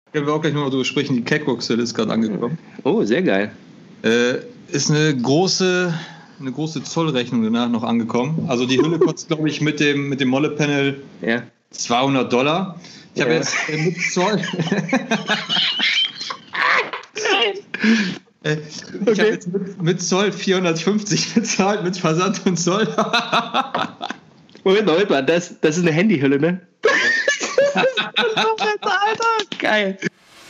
Können wir auch gleich nochmal drüber sprechen. Die Catwalk-Stelle ist gerade angekommen. Oh, sehr geil. Ist eine große Zollrechnung danach noch angekommen. Also die Hülle kostet, glaube ich, mit dem Molle-Panel $200. Ich habe jetzt mit Zoll... Ich habe jetzt mit Zoll 450 bezahlt, mit Versand und Zoll. Moment, das ist eine Handyhülle, ne? Alter, geil.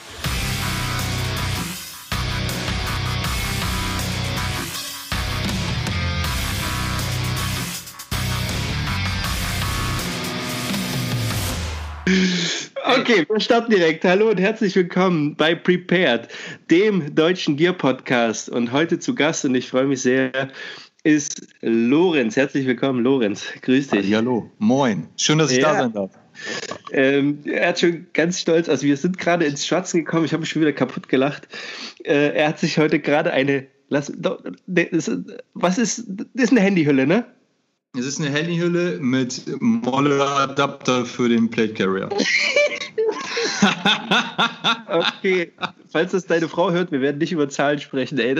Okay, wir starten direkt. Hallo und herzlich willkommen bei Prepared, dem deutschen Gear-Podcast. Und heute zu Gast, und ich freue mich sehr, ist Lorenz. Herzlich willkommen, Lorenz. Grüß dich. Hallo, moin. Schön, dass ich da sein darf. Er hat schon ganz stolz, also wir sind gerade ins Schwatzen gekommen, ich habe mich schon wieder kaputt gelacht. Er hat sich heute gerade das ist eine Handyhülle, ne? Es ist eine Handyhülle mit Molle-Adapter für den Plate Carrier. Okay, falls das deine Frau hört, wir werden nicht über Zahlen sprechen, ey.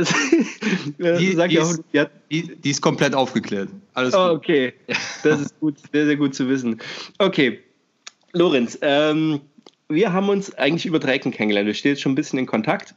Die ist komplett aufgeklärt. Alles gut. Okay, das ist gut, sehr, sehr gut zu wissen. Okay, Lorenz, wir haben uns eigentlich über drei Ecken kennengelernt. Wir stehen jetzt schon ein bisschen in Kontakt.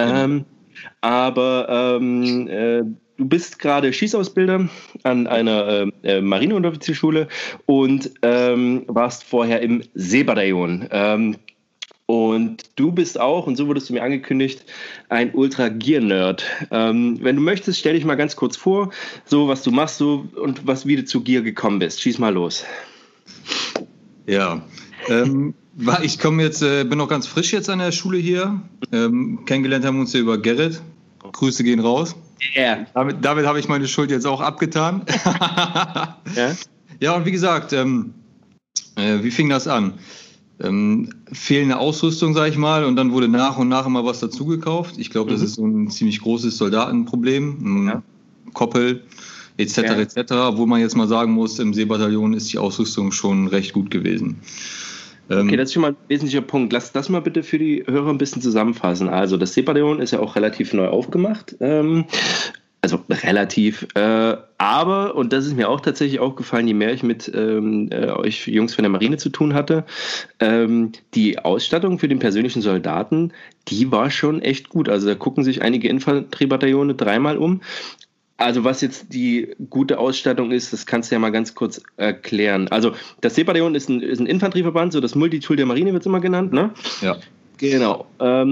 Aber du bist gerade Schießausbilder an einer Marineunteroffizierschule und warst vorher im Seebataillon. Und du bist auch, und so wurdest du mir angekündigt, ein Ultra-Gear-Nerd. Wenn du möchtest, stell dich mal ganz kurz vor, so was du machst so, und wie du zu Gear gekommen bist. Schieß mal los. Ja, ich komme jetzt, bin noch ganz frisch jetzt an der Schule hier. Kennengelernt haben wir uns hier über Gerrit. Grüße gehen raus. Yeah. Damit habe ich meine Schuld jetzt auch abgetan. Ja, und wie gesagt, wie fing das an? Fehlende Ausrüstung, sage ich mal, und dann wurde nach und nach immer was dazugekauft. Ich glaube, das ist so ein ziemlich großes Soldatenproblem. Koppel, etc., etc., wo man jetzt mal sagen muss, im Seebataillon ist die Ausrüstung schon recht gut gewesen. Okay, das ist schon mal ein wesentlicher Punkt. Lass das mal bitte für die Hörer ein bisschen zusammenfassen. Also das Seebataillon ist ja auch relativ neu aufgemacht. Also relativ, aber, und das ist mir auch tatsächlich aufgefallen, je mehr ich mit euch Jungs von der Marine zu tun hatte, die Ausstattung für den persönlichen Soldaten, die war schon echt gut. Also da gucken sich einige Infanteriebataillone dreimal um. Also was jetzt die gute Ausstattung ist, das kannst du ja mal ganz kurz erklären. Also das Seebataillon ist ein Infanterieverband, so das Multitool der Marine wird es immer genannt, ne? Ja. Genau.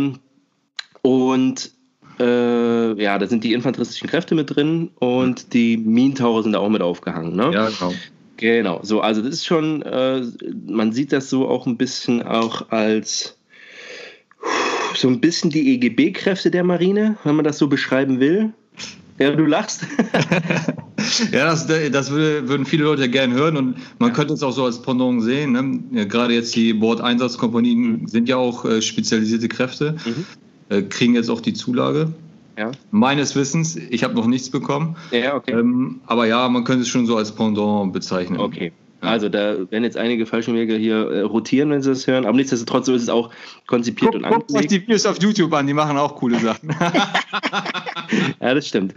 Da sind die infanteristischen Kräfte mit drin und die Minentaucher sind da auch mit aufgehangen, ne? Ja, genau. Genau, so, also das ist schon, man sieht das so auch ein bisschen auch als so ein bisschen die EGB-Kräfte der Marine, wenn man das so beschreiben will. Ja, du lachst. Ja, das würden viele Leute gerne hören, und man könnte es auch so als Pendant sehen. Ne? Ja, gerade jetzt die Bordeinsatzkompanien sind ja auch spezialisierte Kräfte, kriegen jetzt auch die Zulage. Ja. Meines Wissens, ich habe noch nichts bekommen. Ja, okay. Aber ja, man könnte es schon so als Pendant bezeichnen. Okay. Also da werden jetzt einige Fallschirmjäger hier rotieren, wenn sie das hören, aber nichtsdestotrotz so ist es auch konzipiert und angelegt. Guckt euch die Videos auf YouTube an, die machen auch coole Sachen. Ja, das stimmt.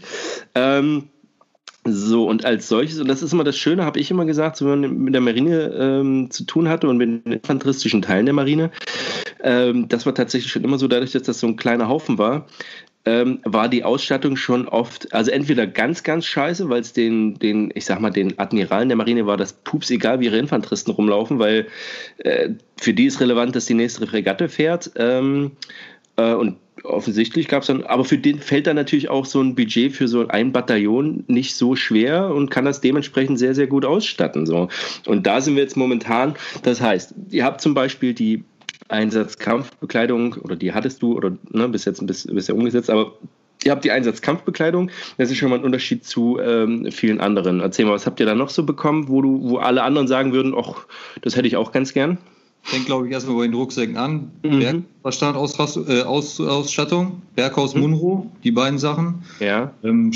So, und als solches, und das ist immer das Schöne, habe ich immer gesagt, so, wenn man mit der Marine zu tun hatte und mit den infanteristischen Teilen der Marine, das war tatsächlich schon immer so, dadurch, dass das so ein kleiner Haufen war die Ausstattung schon oft, also entweder ganz, ganz scheiße, weil es den Admiralen der Marine war das pups egal, wie ihre Infanteristen rumlaufen, weil für die ist relevant, dass die nächste Fregatte fährt, und offensichtlich gab es dann, aber für den fällt dann natürlich auch so ein Budget für so ein Bataillon nicht so schwer und kann das dementsprechend sehr, sehr gut ausstatten. So. Und da sind wir jetzt momentan, das heißt, ihr habt zum Beispiel die Einsatzkampfbekleidung, oder die hattest du, oder ne, bis jetzt bisher umgesetzt, aber ihr habt die Einsatzkampfbekleidung, das ist schon mal ein Unterschied zu vielen anderen. Erzähl mal, was habt ihr da noch so bekommen, wo alle anderen sagen würden, ach, das hätte ich auch ganz gern? Fängt, glaube ich, erstmal bei den Rucksäcken an. Bergstandsausstattung, Berghaus Munro, die beiden Sachen. Ja.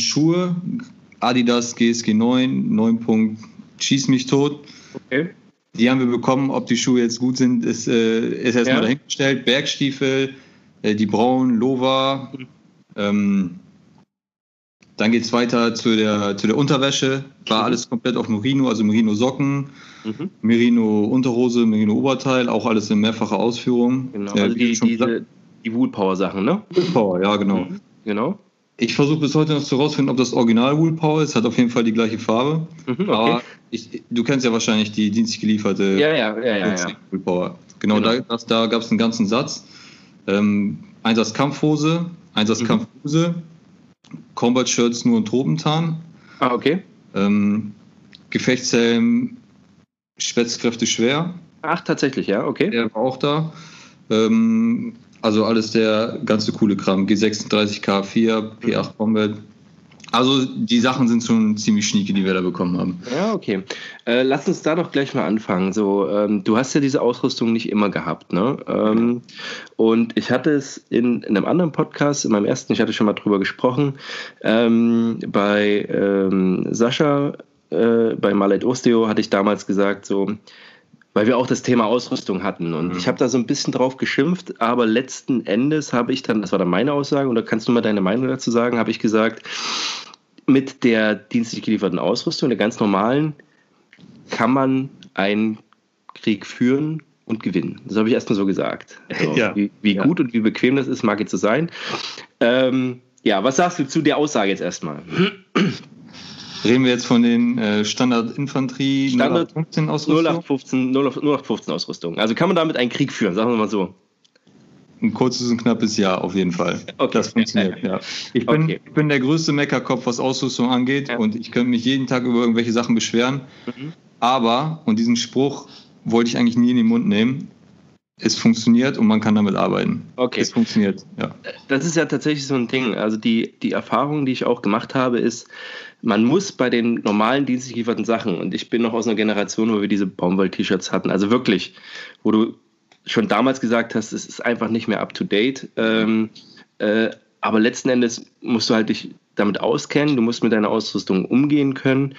Schuhe, Adidas GSG 9, 9 Punkt, schieß mich tot. Okay. Die haben wir bekommen. Ob die Schuhe jetzt gut sind, ist erstmal dahingestellt. Bergstiefel, die braunen, Lova. Dann geht es weiter zu der Unterwäsche. War alles komplett auf Merino, also Merino-Socken, Merino-Unterhose, Merino-Oberteil, auch alles in mehrfacher Ausführung. Genau, also die Woolpower-Sachen, ne? Woolpower, ja, genau. Genau. Ich versuche bis heute noch zu rausfinden, ob das Original Woolpower ist. Hat auf jeden Fall die gleiche Farbe. Okay. Aber du kennst ja wahrscheinlich die dienstlich gelieferte Woolpower. Genau. Da gab es einen ganzen Satz. Einsatz Kampfhose, Einsatz Kampfhose, Combat-Shirts nur in Tropentarn. Okay. Gefechtshelm, Spätzkräfte schwer. Ach, tatsächlich, ja, okay. Der war auch da. Also alles der ganze coole Kram. G36 K4, P8 Combat. Also die Sachen sind schon ziemlich schnieke, die wir da bekommen haben. Ja, okay. Lass uns da doch gleich mal anfangen. So, du hast ja diese Ausrüstung nicht immer gehabt, ne? Und ich hatte es in einem anderen Podcast, in meinem ersten, ich hatte schon mal drüber gesprochen, bei Sascha, bei Malet Osteo hatte ich damals gesagt, so, weil wir auch das Thema Ausrüstung hatten. Und ich habe da so ein bisschen drauf geschimpft, aber letzten Endes habe ich dann, das war dann meine Aussage, und da kannst du mal deine Meinung dazu sagen, habe ich gesagt, mit der dienstlich gelieferten Ausrüstung, der ganz normalen, kann man einen Krieg führen und gewinnen. Das habe ich erstmal so gesagt. Also, wie gut und wie bequem das ist, mag jetzt so sein. Was sagst du zu der Aussage jetzt erstmal? Reden wir jetzt von den Standard-Infanterie 0815 Ausrüstung? 0815 Ausrüstung. Also kann man damit einen Krieg führen, sagen wir mal so. Ein kurzes und knappes Jahr auf jeden Fall. Okay. Das funktioniert, ja. Ich bin der größte Meckerkopf, was Ausrüstung angeht, und ich könnte mich jeden Tag über irgendwelche Sachen beschweren. Aber, und diesen Spruch wollte ich eigentlich nie in den Mund nehmen, es funktioniert und man kann damit arbeiten. Okay. Es funktioniert, ja. Das ist ja tatsächlich so ein Ding. Also die Erfahrung, die ich auch gemacht habe, ist, man muss bei den normalen dienstlich gelieferten Sachen, und ich bin noch aus einer Generation, wo wir diese Baumwoll-T-Shirts hatten, also wirklich, wo du schon damals gesagt hast, es ist einfach nicht mehr up to date, aber letzten Endes musst du halt dich damit auskennen, du musst mit deiner Ausrüstung umgehen können,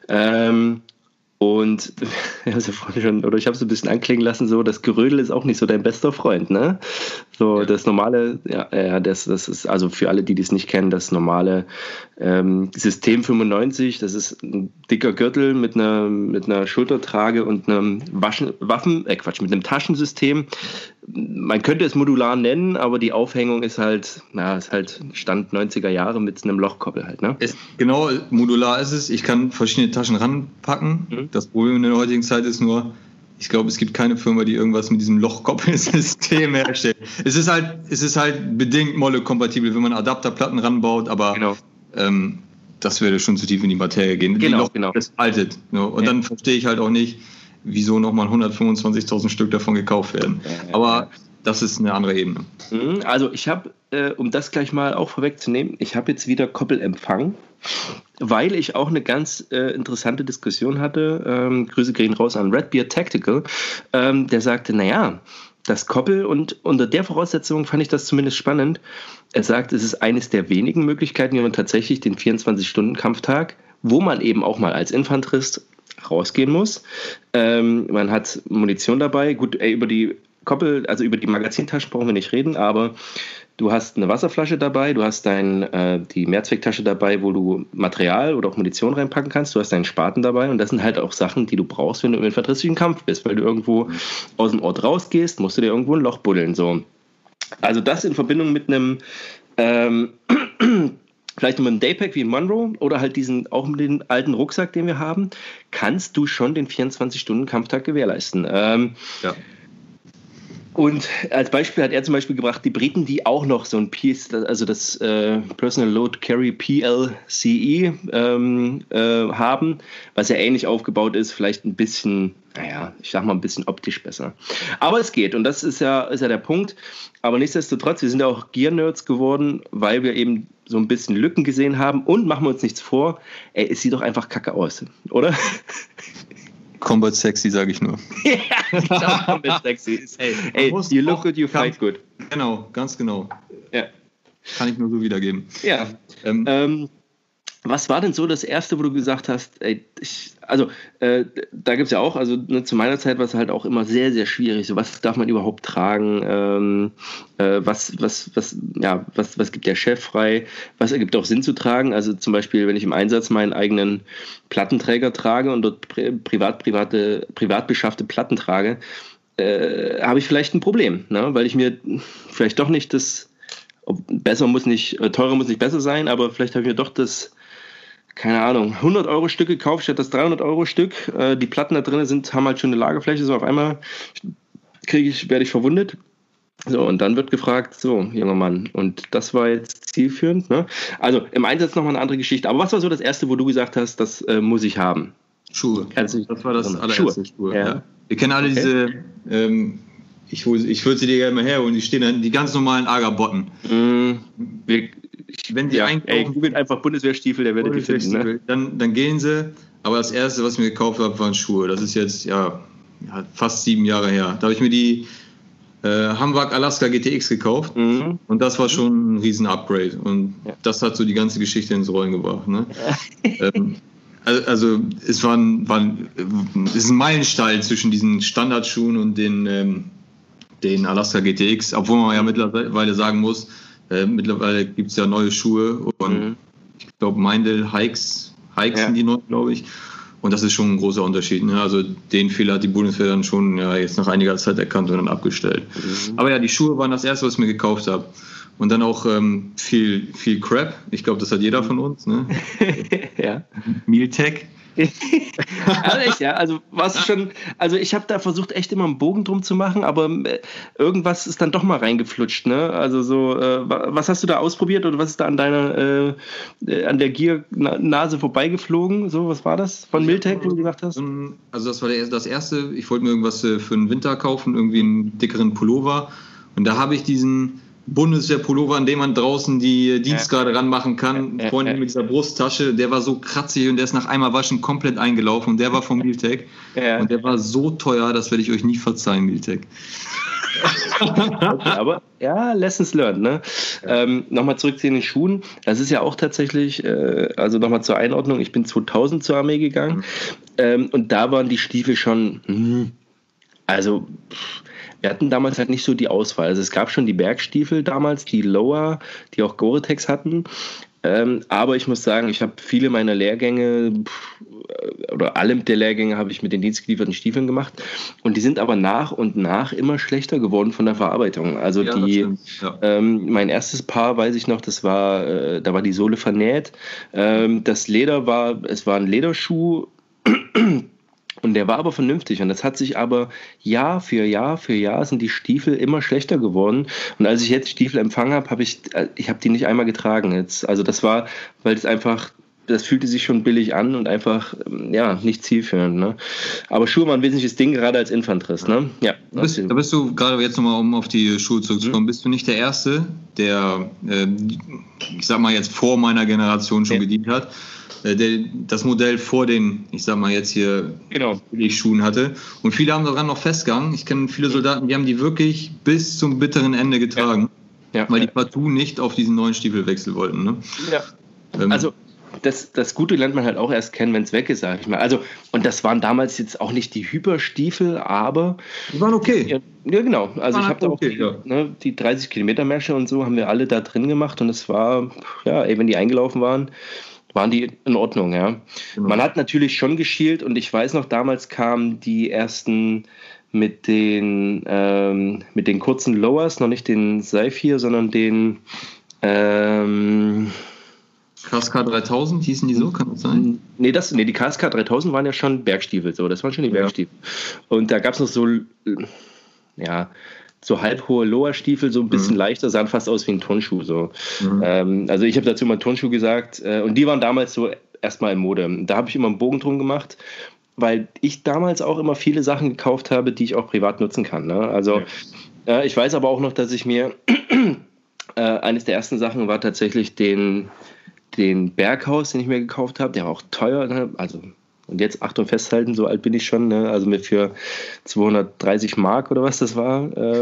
und ich habe es ja vorhin schon, oder ich habe es ein bisschen anklingen lassen, so, das Gerödel ist auch nicht so dein bester Freund, ne? So, das normale, das ist, also für alle, die das nicht kennen, das normale System 95, das ist ein dicker Gürtel mit einer Schultertrage und einem mit einem Taschensystem. Man könnte es modular nennen, aber die Aufhängung ist halt Stand 90er Jahre mit einem Lochkoppel halt, ne? Genau, modular ist es. Ich kann verschiedene Taschen ranpacken. Das Problem in der heutigen Zeit ist nur, ich glaube, es gibt keine Firma, die irgendwas mit diesem Lochkoppelsystem herstellt. Es ist halt bedingt Molle-kompatibel, wenn man Adapterplatten ranbaut, aber das würde schon zu tief in die Materie gehen. Genau. Das altet. Ne? Und dann verstehe ich halt auch nicht, wieso nochmal 125.000 Stück davon gekauft werden. Aber das ist eine andere Ebene. Also ich habe, um das gleich mal auch vorwegzunehmen, ich habe jetzt wieder Koppelempfang, weil ich auch eine ganz interessante Diskussion hatte. Grüße gehen raus an Redbeard Tactical. Der sagte, naja, das Koppel, und unter der Voraussetzung fand ich das zumindest spannend. Er sagt, es ist eines der wenigen Möglichkeiten, wie man tatsächlich den 24-Stunden-Kampftag, wo man eben auch mal als Infanterist rausgehen muss. Man hat Munition dabei. Gut, über die Koppel, also über die Magazintaschen brauchen wir nicht reden, aber du hast eine Wasserflasche dabei, du hast die Mehrzwecktasche dabei, wo du Material oder auch Munition reinpacken kannst, du hast deinen Spaten dabei, und das sind halt auch Sachen, die du brauchst, wenn du im infanteristischen Kampf bist, weil du irgendwo aus dem Ort rausgehst, musst du dir irgendwo ein Loch buddeln. So. Also das in Verbindung mit einem vielleicht mit einem Daypack wie in Monroe oder halt auch mit dem alten Rucksack, den wir haben, kannst du schon den 24-Stunden-Kampftag gewährleisten. Ja. Und als Beispiel hat er zum Beispiel gebracht, die Briten, die auch noch so ein also das Personal Load Carry PLCE haben, was ja ähnlich aufgebaut ist, vielleicht ein bisschen, ich sag mal ein bisschen optisch besser. Aber es geht, und das ist ja der Punkt. Aber nichtsdestotrotz, wir sind ja auch Gear-Nerds geworden, weil wir eben so ein bisschen Lücken gesehen haben, und machen wir uns nichts vor, es sieht doch einfach kacke aus, oder? Combat sexy, sage ich nur. Ja, Combat sexy. Ey, you look good, you fight good. Genau, ganz genau. Ja. Kann ich nur so wiedergeben. Ja. Was war denn so das Erste, wo du gesagt hast, ey, da gibt es ja auch, also ne, zu meiner Zeit war es halt auch immer sehr, sehr schwierig. So, was darf man überhaupt tragen? Was gibt der Chef frei? Was ergibt auch Sinn zu tragen? Also zum Beispiel, wenn ich im Einsatz meinen eigenen Plattenträger trage und dort privat beschaffte Platten trage, habe ich vielleicht ein Problem, ne? Weil ich mir vielleicht doch nicht teurer muss nicht besser sein, aber vielleicht habe ich mir doch das, keine Ahnung, 100-Euro-Stück gekauft statt das 300-Euro-Stück. Die Platten da drin haben halt schon eine Lagerfläche, so auf einmal werde ich verwundet. So, und dann wird gefragt, so, junger Mann, und das war jetzt zielführend, ne? Also im Einsatz nochmal eine andere Geschichte. Aber was war so das Erste, wo du gesagt hast, das muss ich haben? Schuhe. Das war das allererste, Schuhe. Ja. Wir kennen alle diese, ich würde sie dir gerne mal herholen, die stehen dann, die ganz normalen Agerbotten. Wenn die googelt einfach Bundeswehrstiefel, der werdet ihr finden. Ne? Dann gehen sie, aber das Erste, was ich mir gekauft habe, waren Schuhe. Das ist jetzt fast 7 Jahre her. Da habe ich mir die Hamwag Alaska GTX gekauft und das war schon ein riesen Upgrade und das hat so die ganze Geschichte ins Rollen gebracht. Ne? Also es ist ein Meilenstein zwischen diesen Standardschuhen und den Alaska GTX, obwohl man ja mittlerweile sagen muss, mittlerweile gibt es ja neue Schuhe und ich glaube Meindl Hikes sind die neuen, glaube ich. Und das ist schon ein großer Unterschied. Ne? Also den Fehler hat die Bundeswehr dann schon jetzt nach einiger Zeit erkannt und dann abgestellt. Aber ja, die Schuhe waren das Erste, was ich mir gekauft habe. Und dann auch viel Crap. Ich glaube, das hat jeder von uns. Ne? Ja. Mealtech. Ehrlich, ja, also was schon, also ich habe da versucht echt immer einen Bogen drum zu machen, aber irgendwas ist dann doch mal reingeflutscht, ne? Also so, was hast du da ausprobiert oder was ist da an an der Gier-Nase vorbeigeflogen? So, was war das von Miltech, wie du gesagt hast? Also das war das Erste, ich wollte mir irgendwas für den Winter kaufen, irgendwie einen dickeren Pullover und da habe ich diesen Bundeswehr-Pullover, an dem man draußen die Dienstgrade ranmachen kann, vorne mit dieser Brusttasche, der war so kratzig und der ist nach einmal Waschen komplett eingelaufen und der war von Mealtech und der war so teuer, das werde ich euch nie verzeihen, Mealtech. Okay, aber ja, Lessons learned, ne? Nochmal zurück zu den Schuhen, das ist ja auch tatsächlich, also nochmal zur Einordnung, ich bin 2000 zur Armee gegangen und da waren die Stiefel schon, also wir hatten damals halt nicht so die Auswahl. Also es gab schon die Bergstiefel damals, die Lower, die auch Gore-Tex hatten. Aber ich muss sagen, ich habe viele meiner Lehrgänge oder alle der Lehrgänge habe ich mit den dienstgelieferten Stiefeln gemacht. Und die sind aber nach und nach immer schlechter geworden von der Verarbeitung. Also mein erstes Paar, weiß ich noch, da war die Sohle vernäht. Das Leder war ein Lederschuh. Und der war aber vernünftig und das hat sich aber Jahr für Jahr sind die Stiefel immer schlechter geworden. Und als ich jetzt Stiefel empfangen habe, ich habe die nicht einmal getragen jetzt. Also das war, weil das fühlte sich schon billig an und einfach, nicht zielführend. Ne? Aber Schuhe waren ein wesentliches Ding, gerade als Infanterist. Ne? Ja. Da bist du gerade jetzt nochmal, um auf die Schuhe zurückzukommen, bist du nicht der Erste, der, ich sag mal jetzt vor meiner Generation schon gedient hat. Das Modell vor den, ich sag mal jetzt hier, Billigschuhen hatte. Und viele haben daran noch festgehangen. Ich kenne viele Soldaten, die haben die wirklich bis zum bitteren Ende getragen, weil die partout nicht auf diesen neuen Stiefel wechseln wollten. Ne? Ja. Also das Gute lernt man halt auch erst kennen, wenn es weg ist, sag ich mal. Also, und das waren damals jetzt auch nicht die Hyperstiefel, aber die waren okay. Ja, genau. Also ich habe da auch die 30 Kilometer Märsche und so haben wir alle da drin gemacht und es war, wenn die eingelaufen waren die in Ordnung, ja. Genau. Man hat natürlich schon geschielt und ich weiß noch, damals kamen die ersten mit den kurzen Lowers, noch nicht den Saphir, sondern den KSK 3000, hießen die so, kann das sein? Nee, die KSK 3000 waren ja schon Bergstiefel, so, das waren schon die Bergstiefel. Und da gab es noch so halbhohe Lower-Stiefel, so ein bisschen leichter, sahen fast aus wie ein Turnschuh. So. Also ich habe dazu mal Turnschuh gesagt und die waren damals so erstmal in Mode. Da habe ich immer einen Bogen drum gemacht, weil ich damals auch immer viele Sachen gekauft habe, die ich auch privat nutzen kann. Ne? Also ich weiß aber auch noch, dass ich mir eines der ersten Sachen war tatsächlich den Berghaus, den ich mir gekauft habe, der war auch teuer, ne? Also Und jetzt, Achtung, festhalten, so alt bin ich schon, ne? Also mir für 230 Mark oder was das war.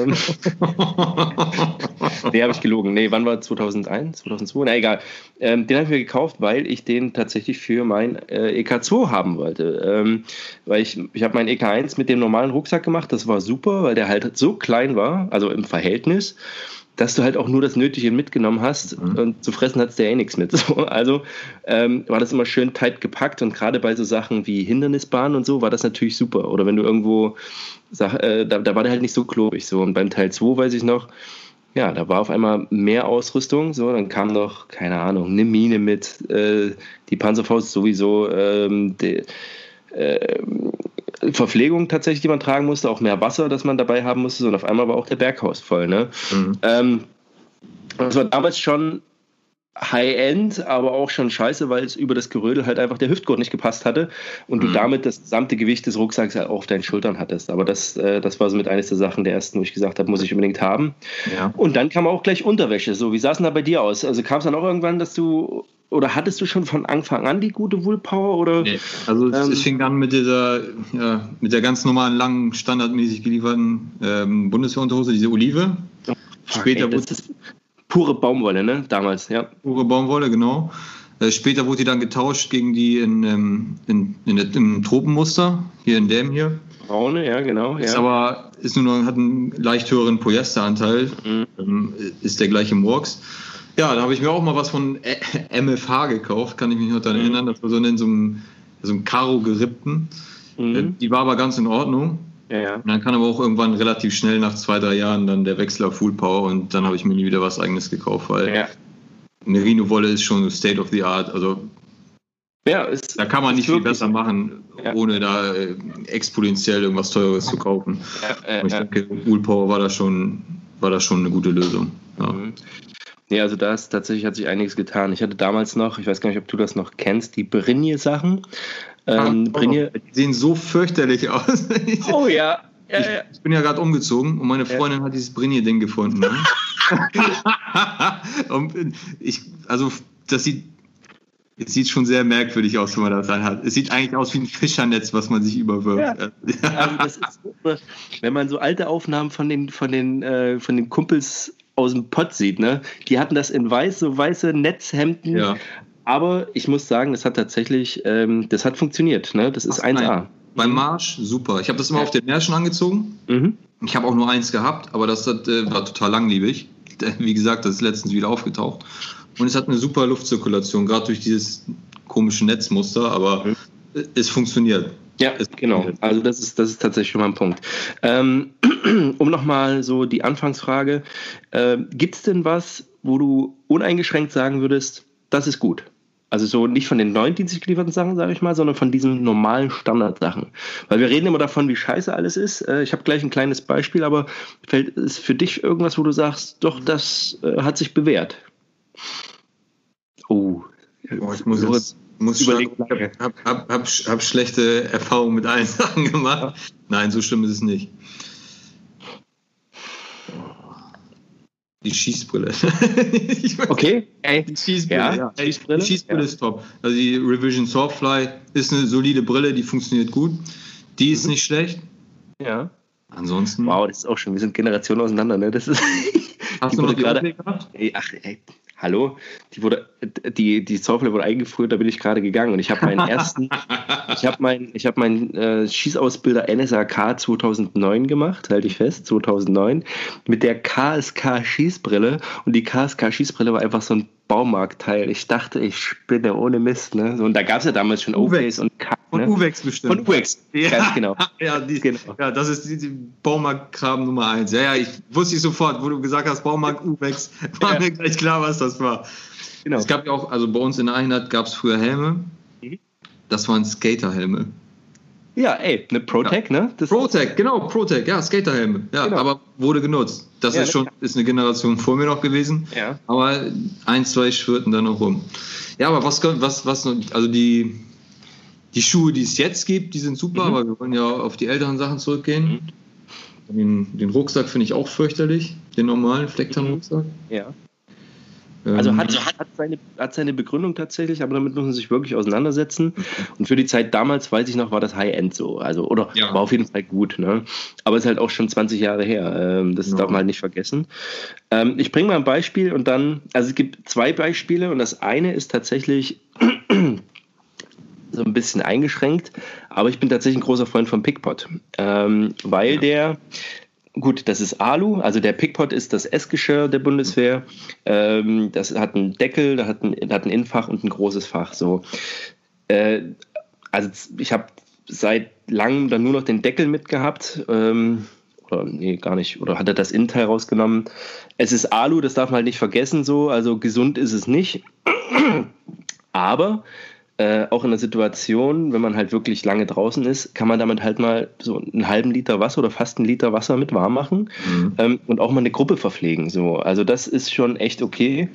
Nee, habe ich gelogen. Nee, wann war 2001, 2002? Na, egal. Den habe ich mir gekauft, weil ich den tatsächlich für mein EK2 haben wollte. Weil ich habe meinen EK1 mit dem normalen Rucksack gemacht. Das war super, weil der halt so klein war, also im Verhältnis, dass du halt auch nur das Nötige mitgenommen hast und zu fressen hattest du ja eh nichts mit. So, also war das immer schön tight gepackt und gerade bei so Sachen wie Hindernisbahnen und so war das natürlich super. Oder wenn du irgendwo, da war der halt nicht so klobig. So. Und beim Teil 2 weiß ich noch, ja, da war auf einmal mehr Ausrüstung, so, dann kam noch, keine Ahnung, eine Mine mit, die Panzerfaust sowieso, Verpflegung tatsächlich, die man tragen musste, auch mehr Wasser, das man dabei haben musste, und auf einmal war auch der Berghaus voll. Ne? Das war damals schon High-End, aber auch schon scheiße, weil es über das Gerödel halt einfach der Hüftgurt nicht gepasst hatte und du damit das gesamte Gewicht des Rucksacks halt auf deinen Schultern hattest. Aber das war so mit eines der Sachen, der ersten, wo ich gesagt habe, muss ich unbedingt haben. Ja. Und dann kam auch gleich Unterwäsche. So, wie sah es denn da bei dir aus? Also kam es dann auch irgendwann, dass du, oder hattest du schon von Anfang an die gute Woolpower? Oder? Nee. Also es fing an mit mit der ganz normalen, langen, standardmäßig gelieferten Bundeswehrunterhose, diese Olive. Später wurde es pure Baumwolle, ne? Damals, ja. Pure Baumwolle, genau. Später wurde die dann getauscht gegen die im Tropenmuster, hier in dem hier. Braune, ja, genau. Ist aber hat einen leicht höheren Polyesteranteil, ist der gleiche Murks. Ja, da habe ich mir auch mal was von MFH gekauft, kann ich mich noch daran erinnern. Das war so in so einem Karo-gerippten. Die war aber ganz in Ordnung. Ja. Und dann kann aber auch irgendwann relativ schnell nach 2-3 Jahren dann der Wechsel auf Full Power und dann habe ich mir nie wieder was Eigenes gekauft, weil Merino-Wolle ist schon State of the Art. Also da kann man nicht viel besser machen, ohne da exponentiell irgendwas Teures zu kaufen. Ich denke, Full Power war da schon eine gute Lösung. Ja. Ja, also tatsächlich hat sich einiges getan. Ich hatte damals noch, ich weiß gar nicht, ob du das noch kennst, die Brinje-Sachen. Die sehen so fürchterlich aus. Oh ja. Ich bin ja gerade umgezogen und meine Freundin hat dieses Brinje-Ding gefunden. Ne? Und das sieht schon sehr merkwürdig aus, wenn man das hat. Es sieht eigentlich aus wie ein Fischernetz, was man sich überwirft. Ja. Also das ist so, wenn man so alte Aufnahmen von den Kumpels aus dem Pott sieht, ne? Die hatten das in weiß, so weiße Netzhemden. Ja. Aber ich muss sagen, das hat tatsächlich, das hat funktioniert. Ne? Das ist 1A. Nein. Beim Marsch, super. Ich habe das immer auf den Märschen angezogen. Ich habe auch nur eins gehabt, aber das war total langlebig. Wie gesagt, das ist letztens wieder aufgetaucht. Und es hat eine super Luftzirkulation, gerade durch dieses komische Netzmuster, aber es funktioniert. Ja, genau. Also das ist tatsächlich schon mal ein Punkt. Um nochmal so die Anfangsfrage, gibt es denn was, wo du uneingeschränkt sagen würdest, das ist gut? Also so nicht von den neuen dienstlich gelieferten Sachen, sage ich mal, sondern von diesen normalen Standardsachen. Weil wir reden immer davon, wie scheiße alles ist. Ich habe gleich ein kleines Beispiel, aber ist für dich irgendwas, wo du sagst, doch, das hat sich bewährt? Ich hab schlechte Erfahrungen mit allen Sachen gemacht. Nein, so schlimm ist es nicht. Die Schießbrille. Okay. Die Schießbrille, Die Schießbrille ist top. Also die Revision Softfly ist eine solide Brille, die funktioniert gut. Die ist nicht schlecht. Ja. Ansonsten. Wow, das ist auch schon, wir sind Generationen auseinander, ne? Das ist. Hast du noch gerade gehabt? Hallo, die Software wurde eingeführt, da bin ich gerade gegangen und ich habe meinen ersten, ich habe meinen Schießausbilder NSAK 2009 gemacht, halte ich fest, 2009, mit der KSK Schießbrille und die KSK Schießbrille war einfach so ein Baumarktteil. Ich dachte, ich spinne ohne Mist, ne? So, und da gab es ja damals schon Uwex und K. Von Uwex bestimmt. Von Uwex, ganz genau. Ja, das ist die Baumarktkram Nummer 1. Ja, ich wusste sofort, wo du gesagt hast, Baumarkt Uwex, war mir gleich klar, was das war. Genau. Es gab ja auch, also bei uns in der Einheit gab es früher Helme. Das waren Skaterhelme. Ja, eine ProTech, ne? ProTech, ja, Skaterhelme. Ja, genau. Aber wurde genutzt. Das ist eine Generation vor mir noch gewesen. Ja. Aber 1, 2 schwirrten da noch rum. Ja, aber was also die Schuhe, die es jetzt gibt, die sind super, aber wir wollen ja auf die älteren Sachen zurückgehen. Den Rucksack finde ich auch fürchterlich, den normalen Flecktarn-Rucksack. Ja. Also hat seine Begründung tatsächlich, aber damit muss man sich wirklich auseinandersetzen. Und für die Zeit damals, weiß ich noch, war das High-End so. Also, war auf jeden Fall gut. Ne? Aber es ist halt auch schon 20 Jahre her. Das darf man halt nicht vergessen. Ich bringe mal ein Beispiel und dann, also es gibt 2 Beispiele und das eine ist tatsächlich so ein bisschen eingeschränkt, aber ich bin tatsächlich ein großer Freund von Pickpot, weil der, gut, das ist Alu, also der Pickpot ist das Essgeschirr der Bundeswehr, das hat einen Deckel, das hat ein Innenfach und ein großes Fach, so. Also ich habe seit langem dann nur noch den Deckel mitgehabt, oder nee, gar nicht, oder hat er das Innenteil rausgenommen. Es ist Alu, das darf man halt nicht vergessen, so, also gesund ist es nicht, aber auch in der Situation, wenn man halt wirklich lange draußen ist, kann man damit halt mal so einen halben Liter Wasser oder fast einen Liter Wasser mit warm machen und auch mal eine Gruppe verpflegen. So. Also das ist schon echt okay.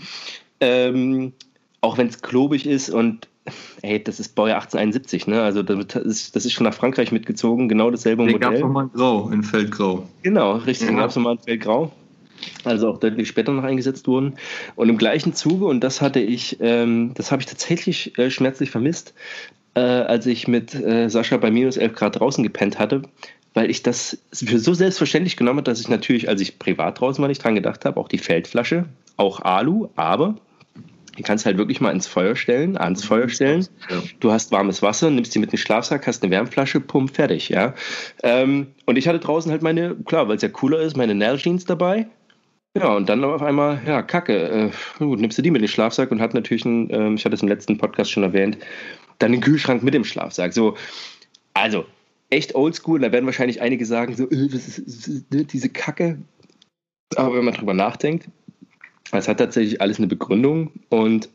Auch wenn es klobig ist und das ist Baujahr 1871, ne? Also das ist schon nach Frankreich mitgezogen, genau dasselbe Modell. Den gab es nochmal in Grau, in Feldgrau. Genau, richtig, den gab es nochmal in Feldgrau. Also auch deutlich später noch eingesetzt wurden. Und im gleichen Zuge, und das habe ich tatsächlich schmerzlich vermisst, als ich mit Sascha bei minus 11 Grad draußen gepennt hatte, weil ich das für so selbstverständlich genommen habe, dass ich natürlich, als ich privat draußen war, nicht dran gedacht habe, auch die Feldflasche, auch Alu, aber die kannst du halt wirklich mal ans Feuer stellen. Ja. Du hast warmes Wasser, nimmst die mit in den Schlafsack, hast eine Wärmflasche, pump, fertig. Ja. Und ich hatte draußen halt meine, klar, weil es ja cooler ist, meine Nalgene dabei. Ja, und dann auf einmal, ja, Kacke. Gut, nimmst du die mit in den Schlafsack und hat natürlich ich hatte es im letzten Podcast schon erwähnt, dann den Kühlschrank mit im Schlafsack. So, also, echt oldschool. Da werden wahrscheinlich einige sagen, so, was ist diese Kacke? Aber wenn man drüber nachdenkt, es hat tatsächlich alles eine Begründung und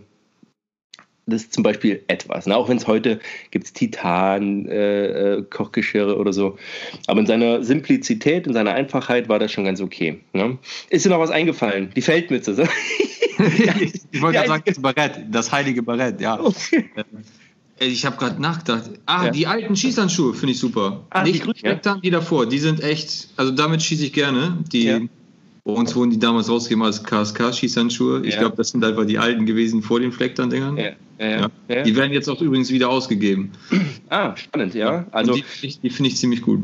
das ist zum Beispiel etwas. Ne? Auch wenn es heute gibt Titan, Kochgeschirre oder so. Aber in seiner Simplizität, in seiner Einfachheit war das schon ganz okay. Ne? Ist dir noch was eingefallen? Die Feldmütze. So? Ich wollte gerade sagen, das Barett, das heilige Barett, ja. Okay. Ich habe gerade nachgedacht. Die alten Schießhandschuhe finde ich super. Nicht die Spektern, die davor. Die sind echt, also damit schieße ich gerne. Bei uns wurden die damals rausgegeben als KSK-Schießhandschuhe. Ich glaube, das sind einfach die alten gewesen vor den Flecktarn-Dingern. Die werden jetzt auch übrigens wieder ausgegeben. Spannend, ja. Also, die finde ich ziemlich gut.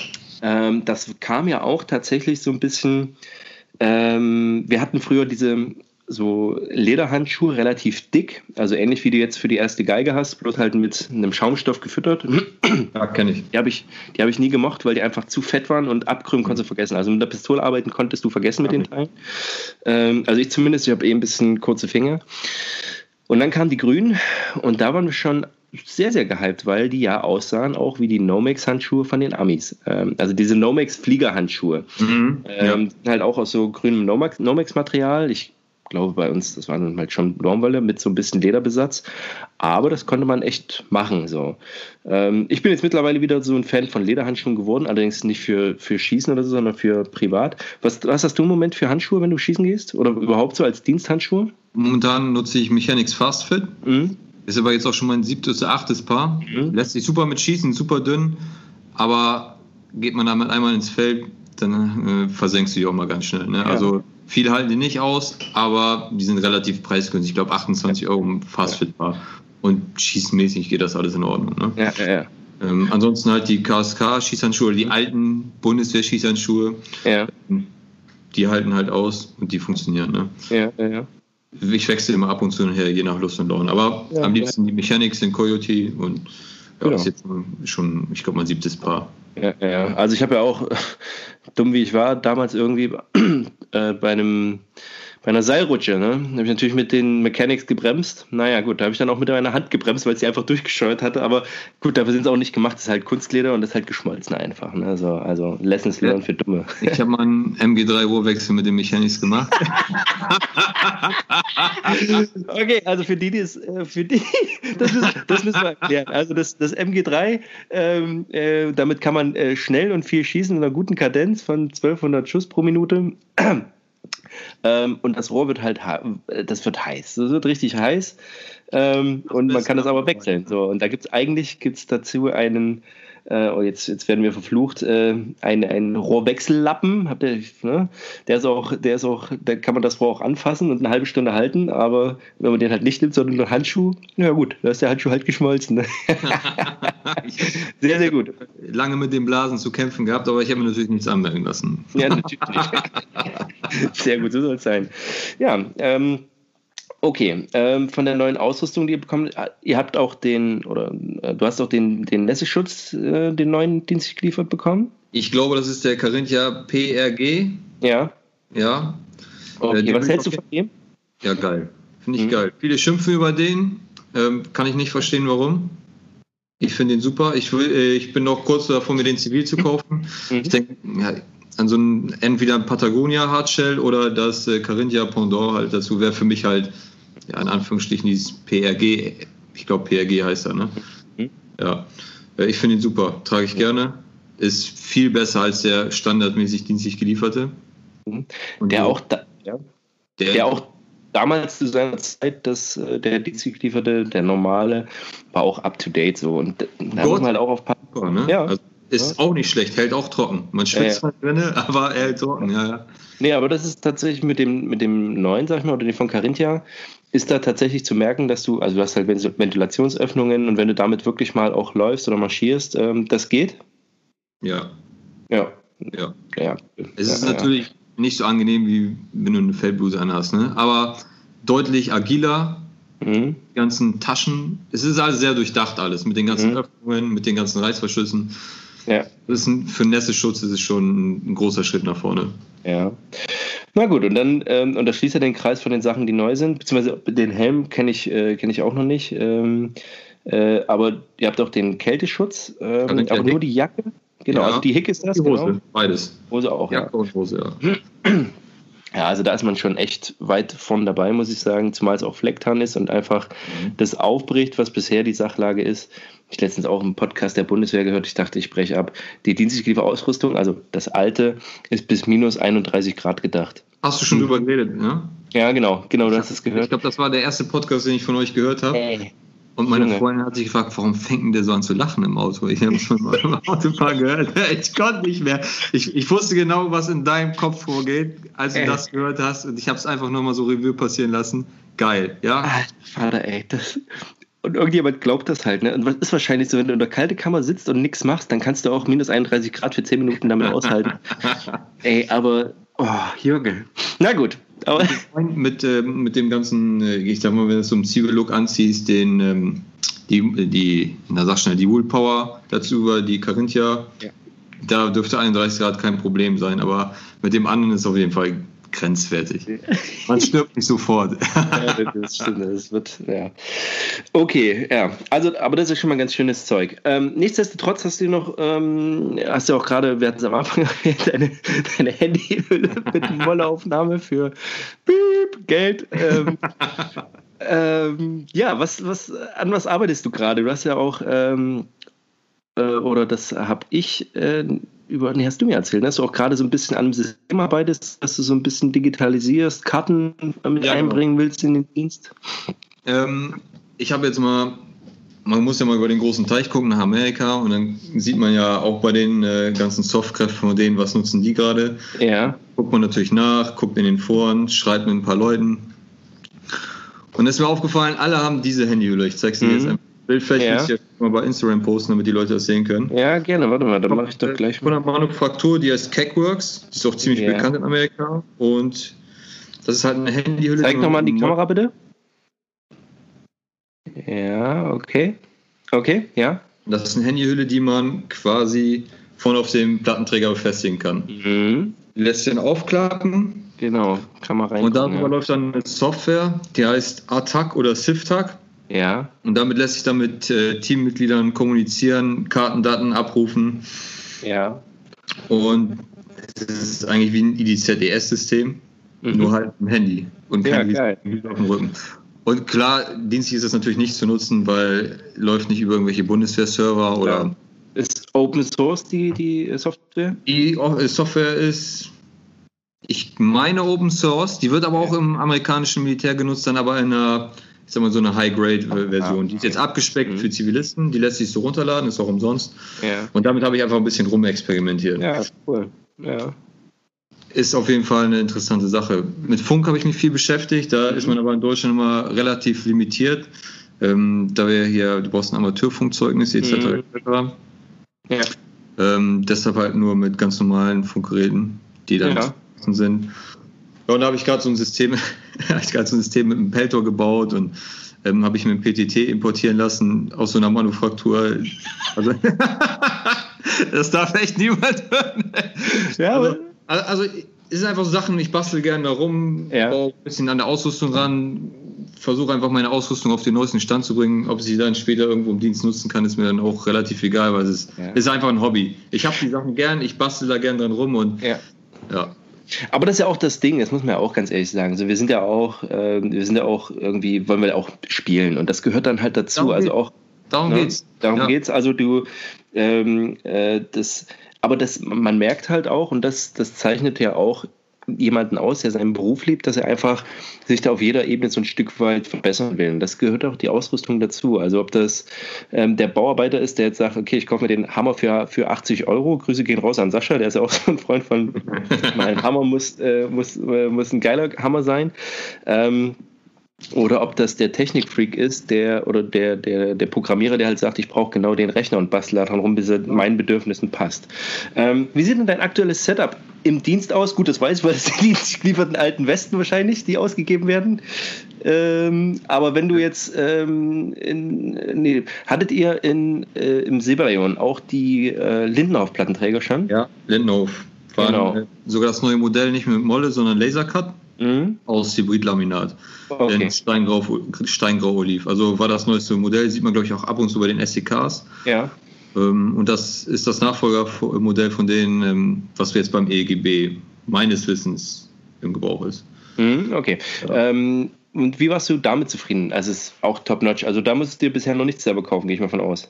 Das kam ja auch tatsächlich so ein bisschen, wir hatten früher diese so Lederhandschuhe, relativ dick, also ähnlich wie du jetzt für die erste Geige hast, bloß halt mit einem Schaumstoff gefüttert. Ja, kenne ich. Die hab ich nie gemocht, weil die einfach zu fett waren und abkrümmen konntest du vergessen. Also mit der Pistole arbeiten konntest du vergessen mit den Teilen. Also ich zumindest, ich habe ein bisschen kurze Finger. Und dann kamen die Grünen und da waren wir schon sehr, sehr gehypt, weil die ja aussahen auch wie die Nomex-Handschuhe von den Amis. Also diese Nomex-Fliegerhandschuhe. Sind halt auch aus so grünem Nomex-Material. Ich glaube bei uns, das war dann halt schon Baumwolle mit so ein bisschen Lederbesatz, aber das konnte man echt machen. So. Ich bin jetzt mittlerweile wieder so ein Fan von Lederhandschuhen geworden, allerdings nicht für Schießen oder so, sondern für privat. Was hast du im Moment für Handschuhe, wenn du schießen gehst? Oder überhaupt so als Diensthandschuhe? Momentan nutze ich Mechanics Fast Fit. Ist aber jetzt auch schon mein 7. oder 8. Paar. Lässt sich super mit schießen, super dünn, aber geht man damit einmal ins Feld, dann versenkst du die auch mal ganz schnell. Ne? Ja. Also viel halten die nicht aus, aber die sind relativ preisgünstig. Ich glaube 28 € im Fastfit-Bar. Und schießmäßig geht das alles in Ordnung. Ne? Ja. Ansonsten halt die KSK-Schießhandschuhe, die alten Bundeswehr-Schießhandschuhe, die halten halt aus und die funktionieren. Ne? Ja. Ich wechsle immer ab und zu her, je nach Lust und Laune. Aber am liebsten die Mechanics, den Coyote und das ist jetzt schon, ich glaube, mein 7. Paar. Ja. Also ich habe ja auch, dumm wie ich war, damals irgendwie bei einer Seilrutsche, ne? Da habe ich natürlich mit den Mechanics gebremst. Naja, gut, da habe ich dann auch mit meiner Hand gebremst, weil es sie einfach durchgescheuert hatte. Aber gut, dafür sind sie auch nicht gemacht. Das ist halt Kunstleder und das ist halt geschmolzen einfach. Ne? Also Lessons learned für Dumme. Ich habe mal einen MG3 Rohrwechsel mit den Mechanics gemacht. Okay, also für die, das müssen wir erklären. Also das MG3, damit kann man schnell und viel schießen in einer guten Kadenz von 1200 Schuss pro Minute. Und das Rohr wird halt das wird heiß. Das wird richtig heiß. Und man kann das aber wechseln. So, und da gibt's dazu einen jetzt werden wir verflucht, ein Rohrwechsellappen, ne? Der kann man das Rohr auch anfassen und eine halbe Stunde halten, aber wenn man den halt nicht nimmt, sondern nur einen Handschuh, na gut, da ist der Handschuh halt geschmolzen. Ne? Sehr, sehr gut. Lange mit den Blasen zu kämpfen gehabt, aber ich habe mir natürlich nichts anmerken lassen. Ja, natürlich. Sehr gut, so soll es sein. Ja, okay, von der neuen Ausrüstung, die ihr bekommt, ihr habt auch du hast auch den Nässeschutz, den neuen dienstlich geliefert bekommen? Ich glaube, das ist der Carinthia PRG. Ja. Ja. Okay, was hältst du von dem? Ja, geil. Finde ich geil. Viele schimpfen über den, kann ich nicht verstehen, warum. Ich finde den super. Ich bin noch kurz davor, mir den zivil zu kaufen. Ich denke, ja, an so ein entweder ein Patagonia Hardshell oder das Carinthia Pendant halt dazu wäre für mich halt, ja, in Anführungsstrichen dieses PRG, ich glaube PRG heißt er, ne? Ja, ich finde ihn super, trage ich gerne, ist viel besser als der standardmäßig dienstlich gelieferte. Der auch damals zu seiner Zeit, der dienstlich gelieferte, der normale, war auch up to date so und da muss man halt auch aufpassen. Super, ne? Ja. Also ist auch nicht schlecht, hält auch trocken. Man schwitzt halt drin, aber er hält trocken, ja. Nee, aber das ist tatsächlich mit dem neuen, sag ich mal, oder den von Carinthia, ist da tatsächlich zu merken, dass du hast halt Ventilationsöffnungen und wenn du damit wirklich mal auch läufst oder marschierst, das geht. Ja. Ja. Es ist natürlich nicht so angenehm, wie wenn du eine Feldbluse anhast, ne? Aber deutlich agiler. Die ganzen Taschen, es ist alles sehr durchdacht alles, mit den ganzen Öffnungen, mit den ganzen Reißverschlüssen. Ja. Für Nässeschutz ist es schon ein großer Schritt nach vorne. Ja. Na gut, und dann und das schließt ja den Kreis von den Sachen, die neu sind, beziehungsweise den Helm kenne ich auch noch nicht. Aber ihr habt auch den Kälteschutz, aber nur die Jacke. Genau, ja, also die Hicke ist das. Die Hose, genau. Beides. Hose auch, Jacke und Hose, ja. Ja, also da ist man schon echt weit von dabei, muss ich sagen, zumal es auch Flecktarn ist und einfach das aufbricht, was bisher die Sachlage ist. Ich habe letztens auch im Podcast der Bundeswehr gehört, ich dachte, ich breche ab. Die dienstliche Lieferausrüstung, also das alte, ist bis minus 31 Grad gedacht. Hast du schon drüber geredet, ja? Ja, genau, du hast es gehört. Ich glaube, das war der erste Podcast, den ich von euch gehört habe. Und meine Freundin hat sich gefragt, warum fängt denn der so an zu lachen im Auto? Ich habe schon mal im Autofahren gehört. Ich konnte nicht mehr. Ich wusste genau, was in deinem Kopf vorgeht, als du das gehört hast. Und ich habe es einfach nochmal so Revue passieren lassen. Geil, ja? Vater, ey. Und irgendjemand glaubt das halt, ne? Und was ist wahrscheinlich so, wenn du in der kalten Kammer sitzt und nichts machst, dann kannst du auch minus 31 Grad für 10 Minuten damit aushalten. Ey, aber, Junge. Na gut. Aber mit dem ganzen, ich sag mal, wenn du es so im Zivil-Look anziehst, die Woolpower dazu über die Carinthia, da dürfte 31 Grad kein Problem sein, aber mit dem anderen ist es auf jeden Fall grenzwertig. Man stirbt nicht sofort. Ja, das stimmt, das wird, ja. Okay, ja. Also, aber das ist schon mal ganz schönes Zeug. Nichtsdestotrotz hast du auch gerade, wir hatten es am Anfang erwähnt, deine Handyhülle mit Mollaufnahme für Geld. Ja, an was arbeitest du gerade? Du hast ja auch, oder das habe ich hast du mir erzählt, dass du auch gerade so ein bisschen an dem System arbeitest, dass du so ein bisschen digitalisierst, Karten mit einbringen willst in den Dienst? Ich habe jetzt man muss ja mal über den großen Teich gucken nach Amerika und dann sieht man ja auch bei den ganzen Soft-Kräften von denen, was nutzen die gerade. Ja. Guckt man natürlich nach, guckt in den Foren, schreibt mit ein paar Leuten. Und es ist mir aufgefallen, alle haben diese Handyhülle. Ich zeig's dir jetzt einfach. Vielleicht muss ich ja mal bei Instagram posten, damit die Leute das sehen können. Ja, gerne, warte mal, dann mache ich doch gleich mal. Von der Manufaktur, die heißt Cakeworks, die ist auch ziemlich bekannt in Amerika und das ist halt eine Handyhülle. Zeig nochmal an die Kamera, bitte. Ja, okay. Okay, ja. Das ist eine Handyhülle, die man quasi vorne auf dem Plattenträger befestigen kann. Lässt den aufklappen. Genau, kann man rein. Und darüber läuft dann eine Software, die heißt ATAC oder SIFTAC. Ja. Und damit lässt sich dann mit Teammitgliedern kommunizieren, Kartendaten abrufen. Ja. Und es ist eigentlich wie ein IDZ-ES-System, nur halt im Handy und kein auf dem Rücken. Und klar, dienstlich ist das natürlich nicht zu nutzen, weil läuft nicht über irgendwelche Bundeswehr-Server oder. Ist Open Source die Software? Die Software ist, ich meine, Open Source. Die wird aber auch im amerikanischen Militär genutzt, dann aber in einer ich sag mal, so eine High-Grade-Version. Die ist jetzt abgespeckt für Zivilisten, die lässt sich so runterladen, ist auch umsonst. Ja. Und damit habe ich einfach ein bisschen rumexperimentiert. Ja, cool. Ja. Ist auf jeden Fall eine interessante Sache. Mit Funk habe ich mich viel beschäftigt, da ist man aber in Deutschland immer relativ limitiert. Da wir hier, du brauchst ein Amateurfunkzeugnis etc. Ja. Deshalb halt nur mit ganz normalen Funkgeräten, die dann sind. Ja, und da habe ich gerade so ein System, mit einem Peltor gebaut und habe ich mit dem PTT importieren lassen aus so einer Manufaktur. Also das darf echt niemand hören. Ja, also es sind einfach so Sachen, ich bastel gerne da rum, baue ein bisschen an der Ausrüstung ran, versuche einfach meine Ausrüstung auf den neuesten Stand zu bringen. Ob ich sie dann später irgendwo im Dienst nutzen kann, ist mir dann auch relativ egal, weil es ist einfach ein Hobby. Ich habe die Sachen gern, ich bastel da gern dran rum und ja. Aber das ist ja auch das Ding, das muss man ja auch ganz ehrlich sagen. So, wir sind ja auch irgendwie, wollen wir auch spielen und das gehört dann halt dazu. Darum geht's. Darum geht's. Also man merkt halt auch, und das zeichnet ja auch jemanden aus, der seinen Beruf liebt, dass er einfach sich da auf jeder Ebene so ein Stück weit verbessern will. Und das gehört auch die Ausrüstung dazu. Also ob das der Bauarbeiter ist, der jetzt sagt, okay, ich kaufe mir den Hammer für 80 Euro. Grüße gehen raus an Sascha, der ist ja auch so ein Freund von, mein Hammer muss ein geiler Hammer sein. Oder ob das der Technikfreak ist, der Programmierer, der halt sagt, ich brauche genau den Rechner und bastel daran rum, bis er meinen Bedürfnissen passt. Wie sieht denn dein aktuelles Setup im Dienst aus? Gut, das weiß ich, weil es die gelieferten alten Westen wahrscheinlich, die ausgegeben werden. Aber wenn du jetzt hattet ihr im Silberrayon auch die Lindenhof-Plattenträger schon? Ja, Lindenhof. Sogar das neue Modell nicht mit Molle, sondern Lasercut. Aus Hybridlaminat. Okay. Steingrau Oliv. Also war das neueste Modell, sieht man glaube ich auch ab und zu bei den SEKs. Ja. Und das ist das Nachfolgermodell von denen, was wir jetzt beim EGB meines Wissens im Gebrauch ist. Okay. Ja. Und wie warst du damit zufrieden? Also es ist auch top-notch. Also da musst du dir bisher noch nichts selber kaufen, gehe ich mal von aus.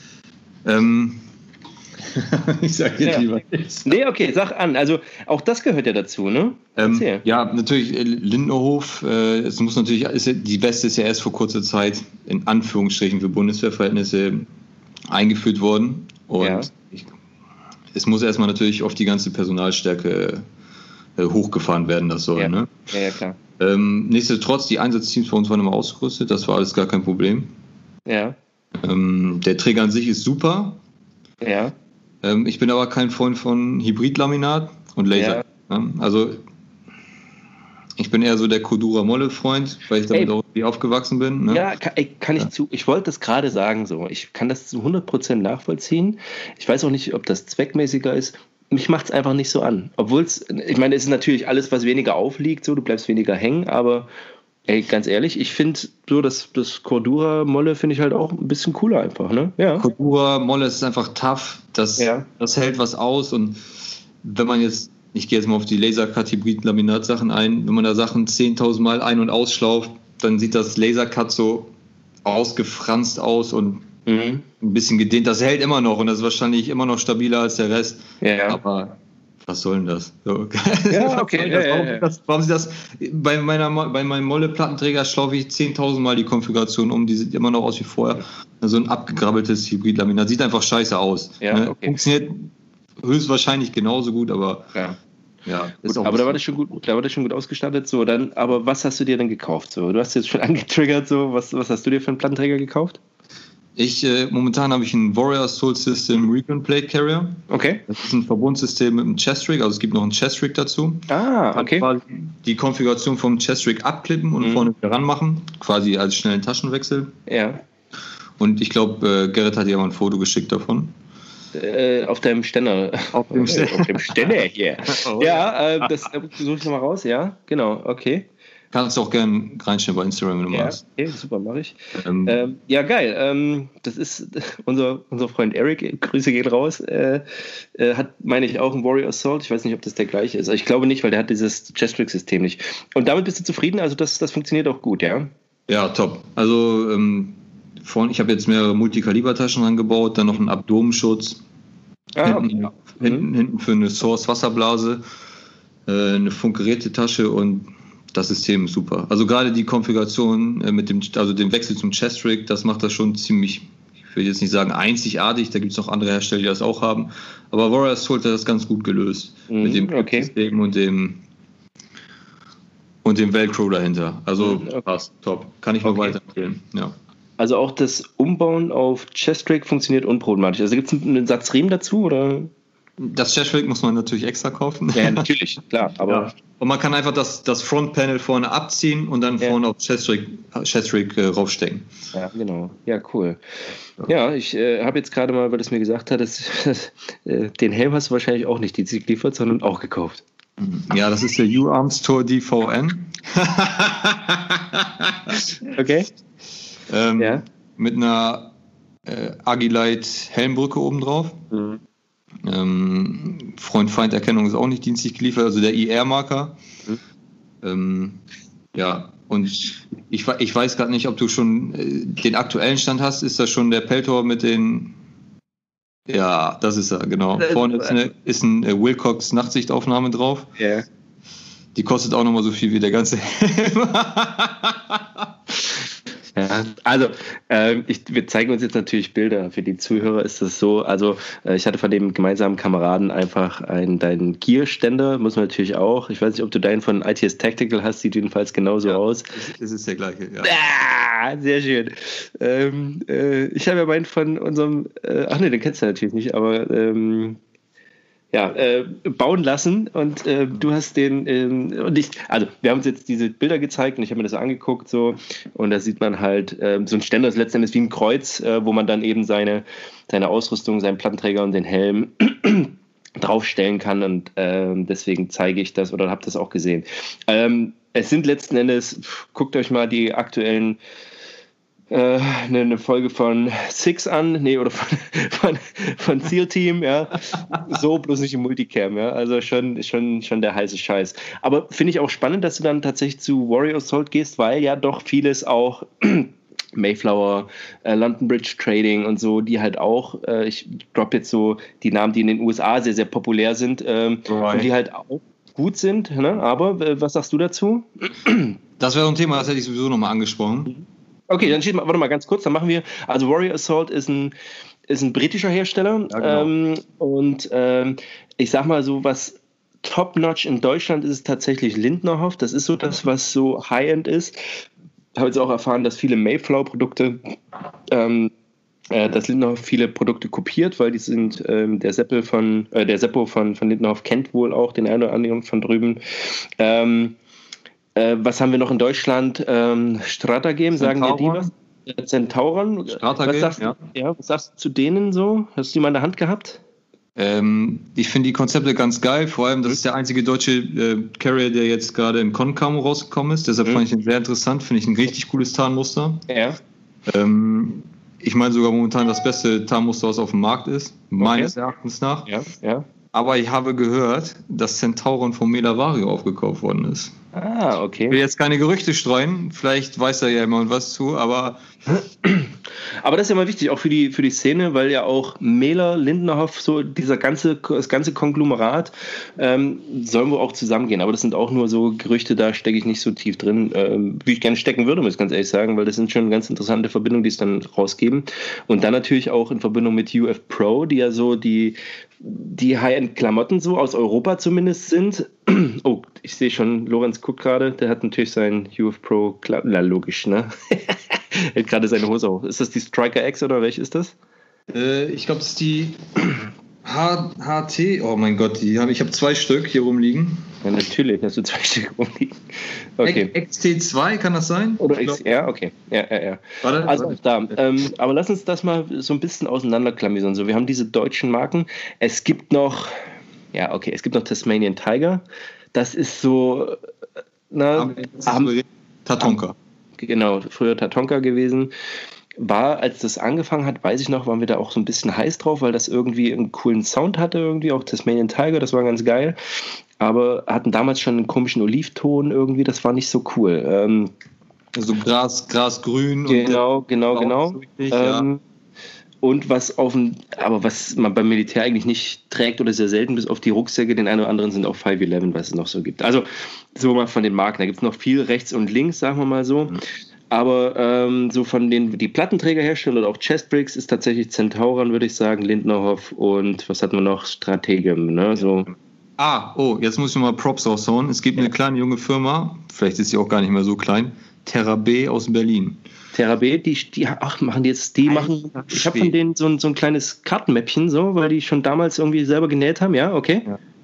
Ich sag jetzt lieber nichts. Nee, okay, sag an. Also auch das gehört ja dazu, ne? Ja, natürlich Lindenhof. Es muss natürlich, die Weste ist ja erst vor kurzer Zeit in Anführungsstrichen für Bundeswehrverhältnisse eingeführt worden. Und es muss erstmal natürlich auf die ganze Personalstärke hochgefahren werden, das soll. Ne? Ja, klar. Nichtsdestotrotz, die Einsatzteams bei uns waren immer ausgerüstet, das war alles gar kein Problem. Ja. Der Träger an sich ist super. Ja. Ich bin aber kein Freund von Hybridlaminat und Laser. Ja. Also ich bin eher so der Cordura-Molle-Freund, weil ich damit auch irgendwie aufgewachsen bin. Ne? Ja, kann ich zu. Ich wollte das gerade sagen so. Ich kann das zu 100% nachvollziehen. Ich weiß auch nicht, ob das zweckmäßiger ist. Mich macht es einfach nicht so an. Obwohl es ist natürlich alles, was weniger aufliegt, so, du bleibst weniger hängen, aber ganz ehrlich, ich finde so, das Cordura-Molle finde ich halt auch ein bisschen cooler einfach, ne? Ja. Cordura-Molle ist einfach tough, das hält was aus und wenn man jetzt, ich gehe jetzt mal auf die Lasercut-Hybrid-Laminat-Sachen ein, wenn man da Sachen 10.000 Mal ein- und ausschlauft, dann sieht das Lasercut so ausgefranst aus und ein bisschen gedehnt. Das hält immer noch und das ist wahrscheinlich immer noch stabiler als der Rest. Ja. Aber was soll denn das? So. Ja, okay. Warum sie das? Bei meinem Molle-Plattenträger schlaufe ich 10.000 Mal die Konfiguration um. Die sieht immer noch aus wie vorher. So ein abgegrabbeltes Hybridlaminat. Sieht einfach scheiße aus. Ja, ne? Okay. Funktioniert höchstwahrscheinlich genauso gut, aber aber da war das schon gut ausgestattet. So, dann, aber was hast du dir denn gekauft? So, du hast jetzt schon angetriggert. So, was hast du dir für einen Plattenträger gekauft? Momentan habe ich einen Warrior Soul System Recon Plate Carrier. Okay. Das ist ein Verbundsystem mit einem Chest Rig, also es gibt noch einen Chest Rig dazu. Okay. Quasi die Konfiguration vom Chest Rig abklippen und vorne wieder ranmachen, quasi als schnellen Taschenwechsel. Ja. Und ich glaube, Gerrit hat dir mal ein Foto geschickt davon. Auf deinem Ständer. Auf dem Ständer hier. Ja, das suche ich nochmal raus, ja. Genau, okay. Kannst du auch gerne reinstellen bei Instagram, wenn du magst. Okay, super, mache ich. Geil. Das ist unser Freund Eric, Grüße gehen raus, hat, meine ich, auch einen Warrior Assault. Ich weiß nicht, ob das der gleiche ist. Ich glaube nicht, weil der hat dieses Chest-Rig-System nicht. Und damit bist du zufrieden? Also das funktioniert auch gut, ja? Ja, top. Also ich habe jetzt mehrere Multikaliber-Taschen rangebaut, dann noch einen Abdomenschutz. Hinten für eine Source-Wasserblase, eine Funkgerätetasche und das System ist super. Also gerade die Konfiguration mit dem Wechsel zum Chest Rig, das macht das schon ziemlich, ich will jetzt nicht sagen einzigartig, da gibt es noch andere Hersteller, die das auch haben, aber Warrior Assault hat das ganz gut gelöst mit dem System und dem Velcro dahinter. Also passt, top. Kann ich nur weiterempfehlen. Ja. Also auch das Umbauen auf Chest Rig funktioniert unproblematisch. Also gibt es einen Satz Riemen dazu, oder? Das Chest Rig muss man natürlich extra kaufen. Ja, natürlich, klar. Aber ja. Und man kann einfach das Frontpanel vorne abziehen und dann vorne auf Chest Rig raufstecken. Ja, genau. Ja, cool. Ja, ich habe jetzt gerade mal, weil du es mir gesagt hattest, den Helm hast du wahrscheinlich auch nicht DC geliefert, sondern auch gekauft. Ja, das ist der U-Arms Tour DVN. Okay. Mit einer Agilite Helmbrücke oben drauf. Freund-Feind-Erkennung ist auch nicht dienstlich geliefert, also der IR-Marker. Ja, und ich weiß gerade nicht, ob du schon den aktuellen Stand hast. Ist das schon der Peltor mit den... Ja, das ist er, genau. Vorne ist ein Wilcox Nachtsichtaufnahme drauf. Ja. Die kostet auch nochmal so viel wie der ganze Helm. Ja, also wir zeigen uns jetzt natürlich Bilder. Für die Zuhörer ist das so, also ich hatte von dem gemeinsamen Kameraden einfach deinen Gear-Ständer, muss man natürlich auch. Ich weiß nicht, ob du deinen von ITS Tactical hast, sieht jedenfalls genauso aus. Es ist der gleiche, ja. Sehr schön. Ich habe ja meinen von unserem, den kennst du natürlich nicht, aber bauen lassen und du hast den also wir haben uns jetzt diese Bilder gezeigt und ich habe mir das angeguckt so und da sieht man halt so ein Ständer ist letztendlich wie ein Kreuz, wo man dann eben seine Ausrüstung, seinen Plattenträger und den Helm draufstellen kann und deswegen zeige ich das oder habe das auch gesehen. Es sind letzten Endes, guckt euch mal die aktuellen eine Folge von Six an, oder von SEAL Team, ja, so bloß nicht im Multicam, ja, also schon der heiße Scheiß. Aber finde ich auch spannend, dass du dann tatsächlich zu Warrior Assault gehst, weil ja doch vieles auch Mayflower, London Bridge Trading und so, die halt auch, ich droppe jetzt so die Namen, die in den USA sehr, sehr populär sind, und die halt auch gut sind, ne? Aber was sagst du dazu? Das wäre so ein Thema, das hätte ich sowieso nochmal angesprochen. Okay, dann warte mal ganz kurz, dann machen wir, also Warrior Assault ist ein britischer Hersteller, ja, genau. Und ich sag mal so, was top-notch in Deutschland ist, ist tatsächlich Lindnerhoff, das ist so das, was so High-End ist. Ich habe jetzt auch erfahren, dass viele Mayflower-Produkte, dass Lindnerhoff viele Produkte kopiert, weil die sind, der Seppo von Lindnerhoff kennt wohl auch den einen oder anderen von drüben. Was haben wir noch in Deutschland? Stratagem, sagen dir die was? Centauron. Stratagem, was sagst du zu denen so? Hast du die mal in der Hand gehabt? Ich finde die Konzepte ganz geil. Vor allem, das ist der einzige deutsche Carrier, der jetzt gerade im Concamo rausgekommen ist. Deshalb fand ich ihn sehr interessant. Finde ich ein richtig cooles Tarnmuster. Ja. Ich meine sogar momentan das beste Tarnmuster, was auf dem Markt ist. Meines Erachtens nach. Ja. Aber ich habe gehört, dass Centauron von Melavario aufgekauft worden ist. Ah, okay. Ich will jetzt keine Gerüchte streuen, vielleicht weiß da ja jemand was zu, aber das ist ja mal wichtig, auch für die Szene, weil ja auch Mähler, Lindnerhoff, so das ganze Konglomerat sollen wohl auch zusammengehen, aber das sind auch nur so Gerüchte, da stecke ich nicht so tief drin, wie ich gerne stecken würde, muss ich ganz ehrlich sagen, weil das sind schon ganz interessante Verbindungen, die es dann rausgeben und dann natürlich auch in Verbindung mit UF Pro, die ja so die High-End-Klamotten so aus Europa zumindest sind. Oh, ich sehe schon, Lorenz guckt gerade, der hat natürlich seinen UF Pro, logisch, ne? Er hat gerade seine Hose auf. Ist das die Striker X oder welche ist das? Ich glaube, das ist die HT. Oh mein Gott, ich habe 2 Stück hier rumliegen. Ja, natürlich hast du 2 Stück rumliegen. Okay. XT2, kann das sein? Oder XR, okay. Ja. Also da. Aber lass uns das mal so ein bisschen auseinanderklamüsern. So, wir haben diese deutschen Marken. Es gibt noch Tasmanian Tiger. Das ist so Tatonka. Genau, früher Tatonka gewesen. War, als das angefangen hat, weiß ich noch, waren wir da auch so ein bisschen heiß drauf, weil das irgendwie einen coolen Sound hatte, irgendwie auch Tasmanian Tiger, das war ganz geil. Aber hatten damals schon einen komischen Olivton irgendwie, das war nicht so cool. Also Grasgrün. Genau. So richtig, Und was man beim Militär eigentlich nicht trägt oder sehr selten, bis auf die Rucksäcke, den einen oder anderen sind auch 511, was es noch so gibt. Also so mal von den Marken, da gibt es noch viel rechts und links, sagen wir mal so. Aber so von die Plattenträger herstellen oder auch Chestbricks ist tatsächlich Centauran, würde ich sagen, Lindnerhoff und was hatten wir noch? Strategem, ne? So. Jetzt muss ich mal Props raushauen. Es gibt eine kleine junge Firma, vielleicht ist sie auch gar nicht mehr so klein, Terra B aus Berlin. Terra B, ich habe von denen so ein kleines Kartenmäppchen, so, weil die schon damals irgendwie selber genäht haben, ja, okay.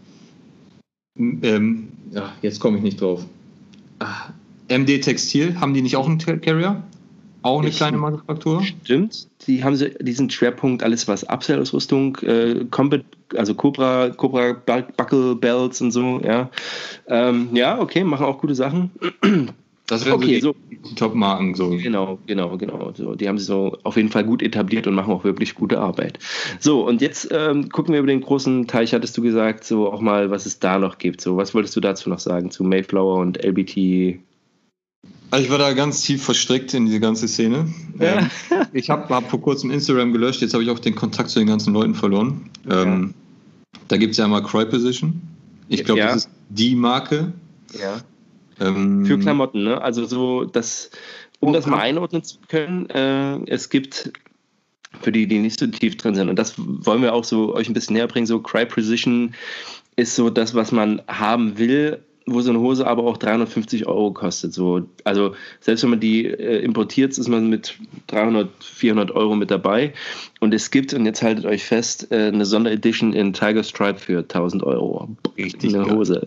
Ja. Jetzt komme ich nicht drauf. MD Textil, haben die nicht auch einen Carrier? Auch eine kleine Manufaktur? Stimmt, die haben diesen Schwerpunkt, alles was Abseilungsrüstung, Combat, also Cobra Buckle Belts und so, ja. Ja, okay, machen auch gute Sachen. Das wären so die Top-Marken. So. Genau. So, die haben sie so auf jeden Fall gut etabliert und machen auch wirklich gute Arbeit. So, und jetzt gucken wir über den großen Teich, hattest du gesagt, so auch mal, was es da noch gibt. So, was wolltest du dazu noch sagen, zu Mayflower und LBT? Also ich war da ganz tief verstrickt in diese ganze Szene. Ja. Ich hab vor kurzem Instagram gelöscht, jetzt habe ich auch den Kontakt zu den ganzen Leuten verloren. Da gibt es ja einmal Cry Position. Ich glaube, das ist die Marke. Ja. Für Klamotten, ne? Also so, das mal einordnen zu können, es gibt, für die nicht so tief drin sind, und das wollen wir auch so euch ein bisschen näher bringen, so Cry Precision ist so das, was man haben will, wo so eine Hose aber auch 350 € kostet. So. Also selbst wenn man die importiert, ist man mit 300, 400 € mit dabei. Und es gibt, und jetzt haltet euch fest, eine Sonderedition in Tiger Stripe für 1000 €. Richtig eine Hose.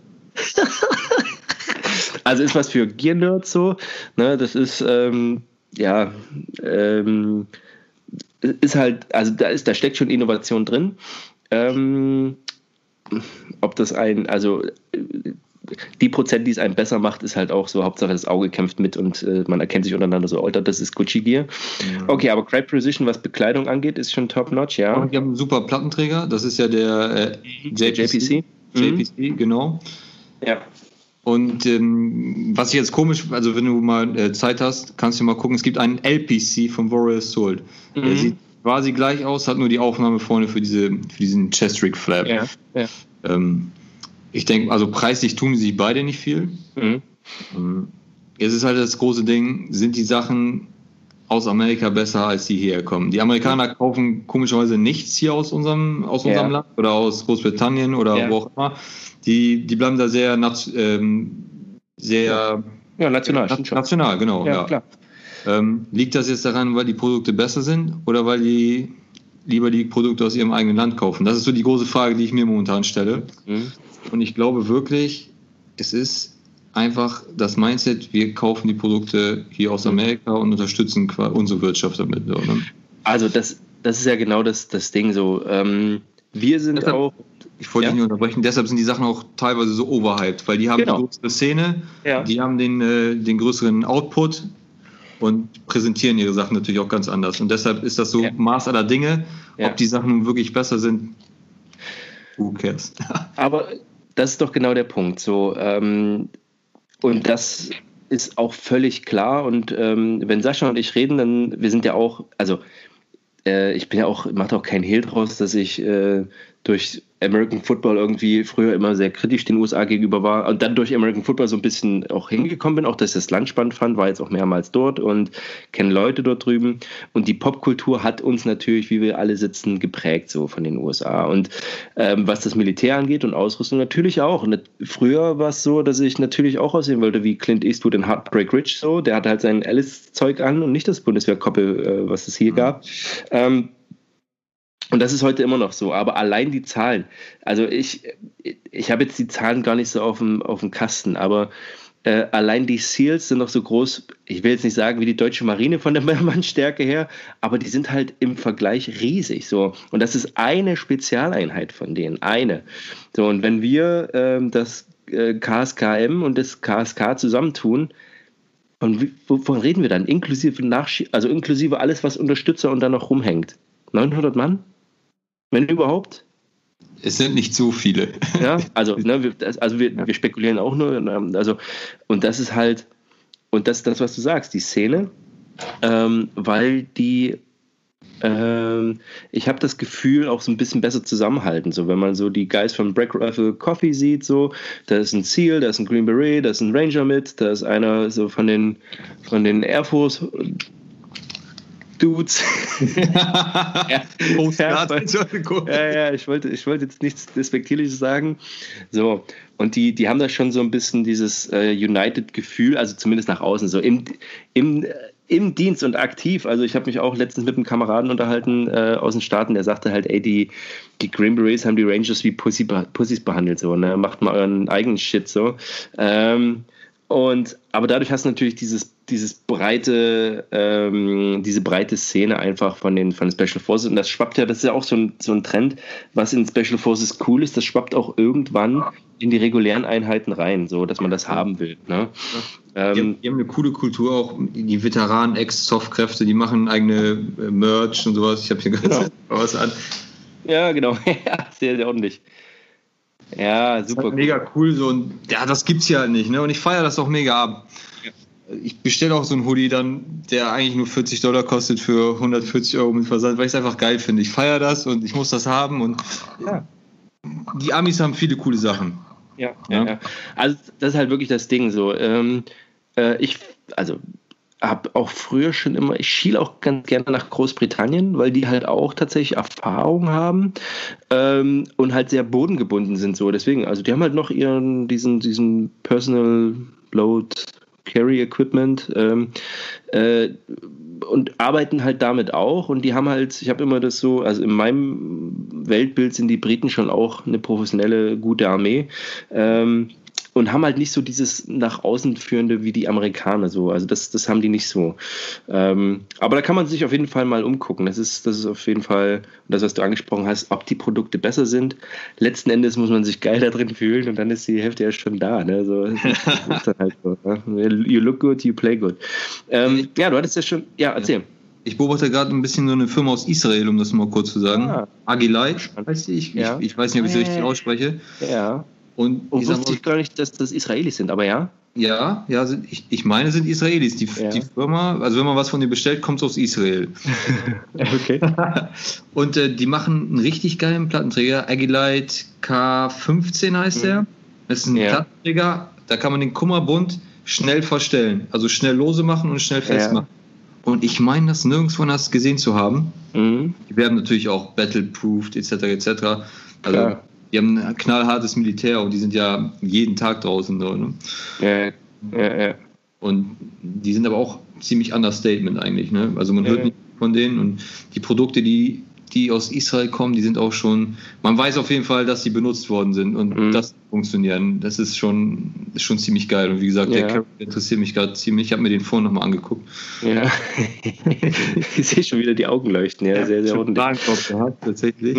Also ist was für Gear-Nerds so. Ne? Das ist, ist halt, also da steckt schon Innovation drin. Ob das die Prozent, die es einem besser macht, ist halt auch so, Hauptsache das Auge kämpft mit und man erkennt sich untereinander so, Alter, das ist Gucci Gear. Ja. Okay, aber Cry Precision, was Bekleidung angeht, ist schon top-notch, ja. Und wir haben einen super Plattenträger, das ist ja der JPC. JPC, genau. Ja. Und was ich jetzt komisch, also wenn du mal Zeit hast, kannst du mal gucken, es gibt einen LPC von Warrior Assault. Der sieht quasi gleich aus, hat nur die Aufnahme vorne für diesen Chest-Rig Flap. Ja. Ich denke, also preislich tun sich beide nicht viel. Jetzt ist halt das große Ding, sind die Sachen aus Amerika besser, als die hierher kommen? Die Amerikaner kaufen komischerweise nichts hier aus unserem Land oder aus Großbritannien oder wo auch immer. Die bleiben da sehr national. National, genau. Ja. Klar. Liegt das jetzt daran, weil die Produkte besser sind oder weil die lieber die Produkte aus ihrem eigenen Land kaufen? Das ist so die große Frage, die ich mir momentan stelle. Und ich glaube wirklich, es ist einfach das Mindset, wir kaufen die Produkte hier aus Amerika und unterstützen unsere Wirtschaft damit. So, ne? Also das ist ja genau das Ding so. Wir sind deshalb, auch... Ich wollte dich nicht unterbrechen, deshalb sind die Sachen auch teilweise so overhyped, weil die haben die größere Szene, die haben den größeren Output und präsentieren ihre Sachen natürlich auch ganz anders. Und deshalb ist das so Maß aller Dinge. Ob die Sachen nun wirklich besser sind, who cares? Aber das ist doch genau der Punkt. So, und das ist auch völlig klar. Und wenn Sascha und ich reden, dann, wir sind ja auch, also ich bin ja auch, mache auch keinen Hehl draus, dass ich durch American Football irgendwie früher immer sehr kritisch den USA gegenüber war und dann durch American Football so ein bisschen auch hingekommen bin, auch dass ich das Land spannend fand, war jetzt auch mehrmals dort und kenne Leute dort drüben und die Popkultur hat uns natürlich, wie wir alle sitzen, geprägt so von den USA und was das Militär angeht und Ausrüstung natürlich auch. Und früher war es so, dass ich natürlich auch aussehen wollte wie Clint Eastwood in Heartbreak Ridge so, der hat halt sein Alice-Zeug an und nicht das Bundeswehrkoppel, was es hier gab. Und das ist heute immer noch so, aber allein die Zahlen, also ich habe jetzt die Zahlen gar nicht so auf dem Kasten, aber allein die SEALs sind noch so groß, ich will jetzt nicht sagen wie die deutsche Marine von der Mannstärke her, aber die sind halt im Vergleich riesig so und das ist eine Spezialeinheit von denen, eine. So und wenn wir das KSKM und das KSK zusammentun, wovon reden wir dann? Inklusive inklusive alles, was Unterstützer und dann noch rumhängt. 900 Mann? Wenn überhaupt? Es sind nicht so viele. Ja, also, wir spekulieren auch nur. Also, und das ist halt, und das ist das, was du sagst, die Szene, weil die Ich habe das Gefühl, auch so ein bisschen besser zusammenhalten. So, wenn man so die Guys von Black Rifle Coffee sieht, so, da ist ein SEAL, da ist ein Green Beret, da ist ein Ranger mit, da ist einer so von den Air Force Dudes. Ja, ich wollte jetzt nichts Despektierliches sagen. So, und die haben da schon so ein bisschen dieses United-Gefühl, also zumindest nach außen, so im Dienst und aktiv. Also ich habe mich auch letztens mit einem Kameraden unterhalten aus den Staaten, der sagte halt, ey, die Green Berets haben die Rangers wie Pussys behandelt, so, ne? Macht mal euren eigenen Shit, so. Aber dadurch hast du natürlich diese breite Szene einfach von den Special Forces, und das schwappt ja, das ist ja auch so ein Trend, was in Special Forces cool ist, das schwappt auch irgendwann in die regulären Einheiten rein, so, dass man das haben will, ne? Die haben eine coole Kultur, auch die Veteranen, Ex-Softkräfte, die machen eigene Merch und sowas. Ich habe hier gerade was an. Ja, genau. Sehr, sehr ordentlich. Ja, super. Das ist mega cool. So, und ja, das gibt's ja halt nicht. Ne? Und ich feiere das auch mega ab. Ja. Ich bestelle auch so einen Hoodie dann, der eigentlich nur $40 kostet für 140 € mit Versand, weil ich es einfach geil finde. Ich feiere das und ich muss das haben. Und die Amis haben viele coole Sachen. Ja. Also das ist halt wirklich das Ding so. Ich habe auch früher schon immer, ich schiele auch ganz gerne nach Großbritannien, weil die halt auch tatsächlich Erfahrung haben und halt sehr bodengebunden sind, so. Deswegen, also die haben halt noch diesen Personal Load Carry Equipment und arbeiten halt damit auch, und die haben halt, ich habe immer das so, also in meinem Weltbild sind die Briten schon auch eine professionelle, gute Armee, und haben halt nicht so dieses nach außen führende wie die Amerikaner, so, also das haben die nicht so. Aber da kann man sich auf jeden Fall mal umgucken. Das ist auf jeden Fall das, was du angesprochen hast, ob die Produkte besser sind. Letzten Endes muss man sich geil da drin fühlen, und dann ist die Hälfte ja schon da. Ne? So, das ist dann halt so. Ne? You look good, you play good. Du hattest ja schon, erzähl. Ich beobachte gerade ein bisschen so eine Firma aus Israel, um das mal kurz zu sagen. Agilite heißt die. Ich weiß nicht, ob ich sie richtig ausspreche. Ja. Und wusste ich gar nicht, dass das Israelis sind, aber ja. Ja, ich meine, sind Israelis. Die Firma, also wenn man was von dir bestellt, kommt es aus Israel. Okay. Und die machen einen richtig geilen Plattenträger. Agilite K15 heißt der. Das ist ein Plattenträger, da kann man den Kummerbund schnell verstellen. Also schnell lose machen und schnell festmachen. Und ich meine, das nirgendwo anders gesehen zu haben. Die werden natürlich auch battleproofed, etc. Also die haben ein knallhartes Militär, und die sind ja jeden Tag draußen. So, ne? Ja. Und die sind aber auch ziemlich Understatement eigentlich. Ne? Also man hört nicht von denen, und die Produkte, die aus Israel kommen, die sind auch schon, man weiß auf jeden Fall, dass sie benutzt worden sind und das funktionieren. Das ist schon ziemlich geil. Und wie gesagt, der Charakter interessiert mich gerade ziemlich. Ich habe mir den vorhin nochmal angeguckt. Ja. Ich sehe schon wieder die Augen leuchten. Ja, sehr, sehr ordentlich. Warenkorb gehabt, tatsächlich.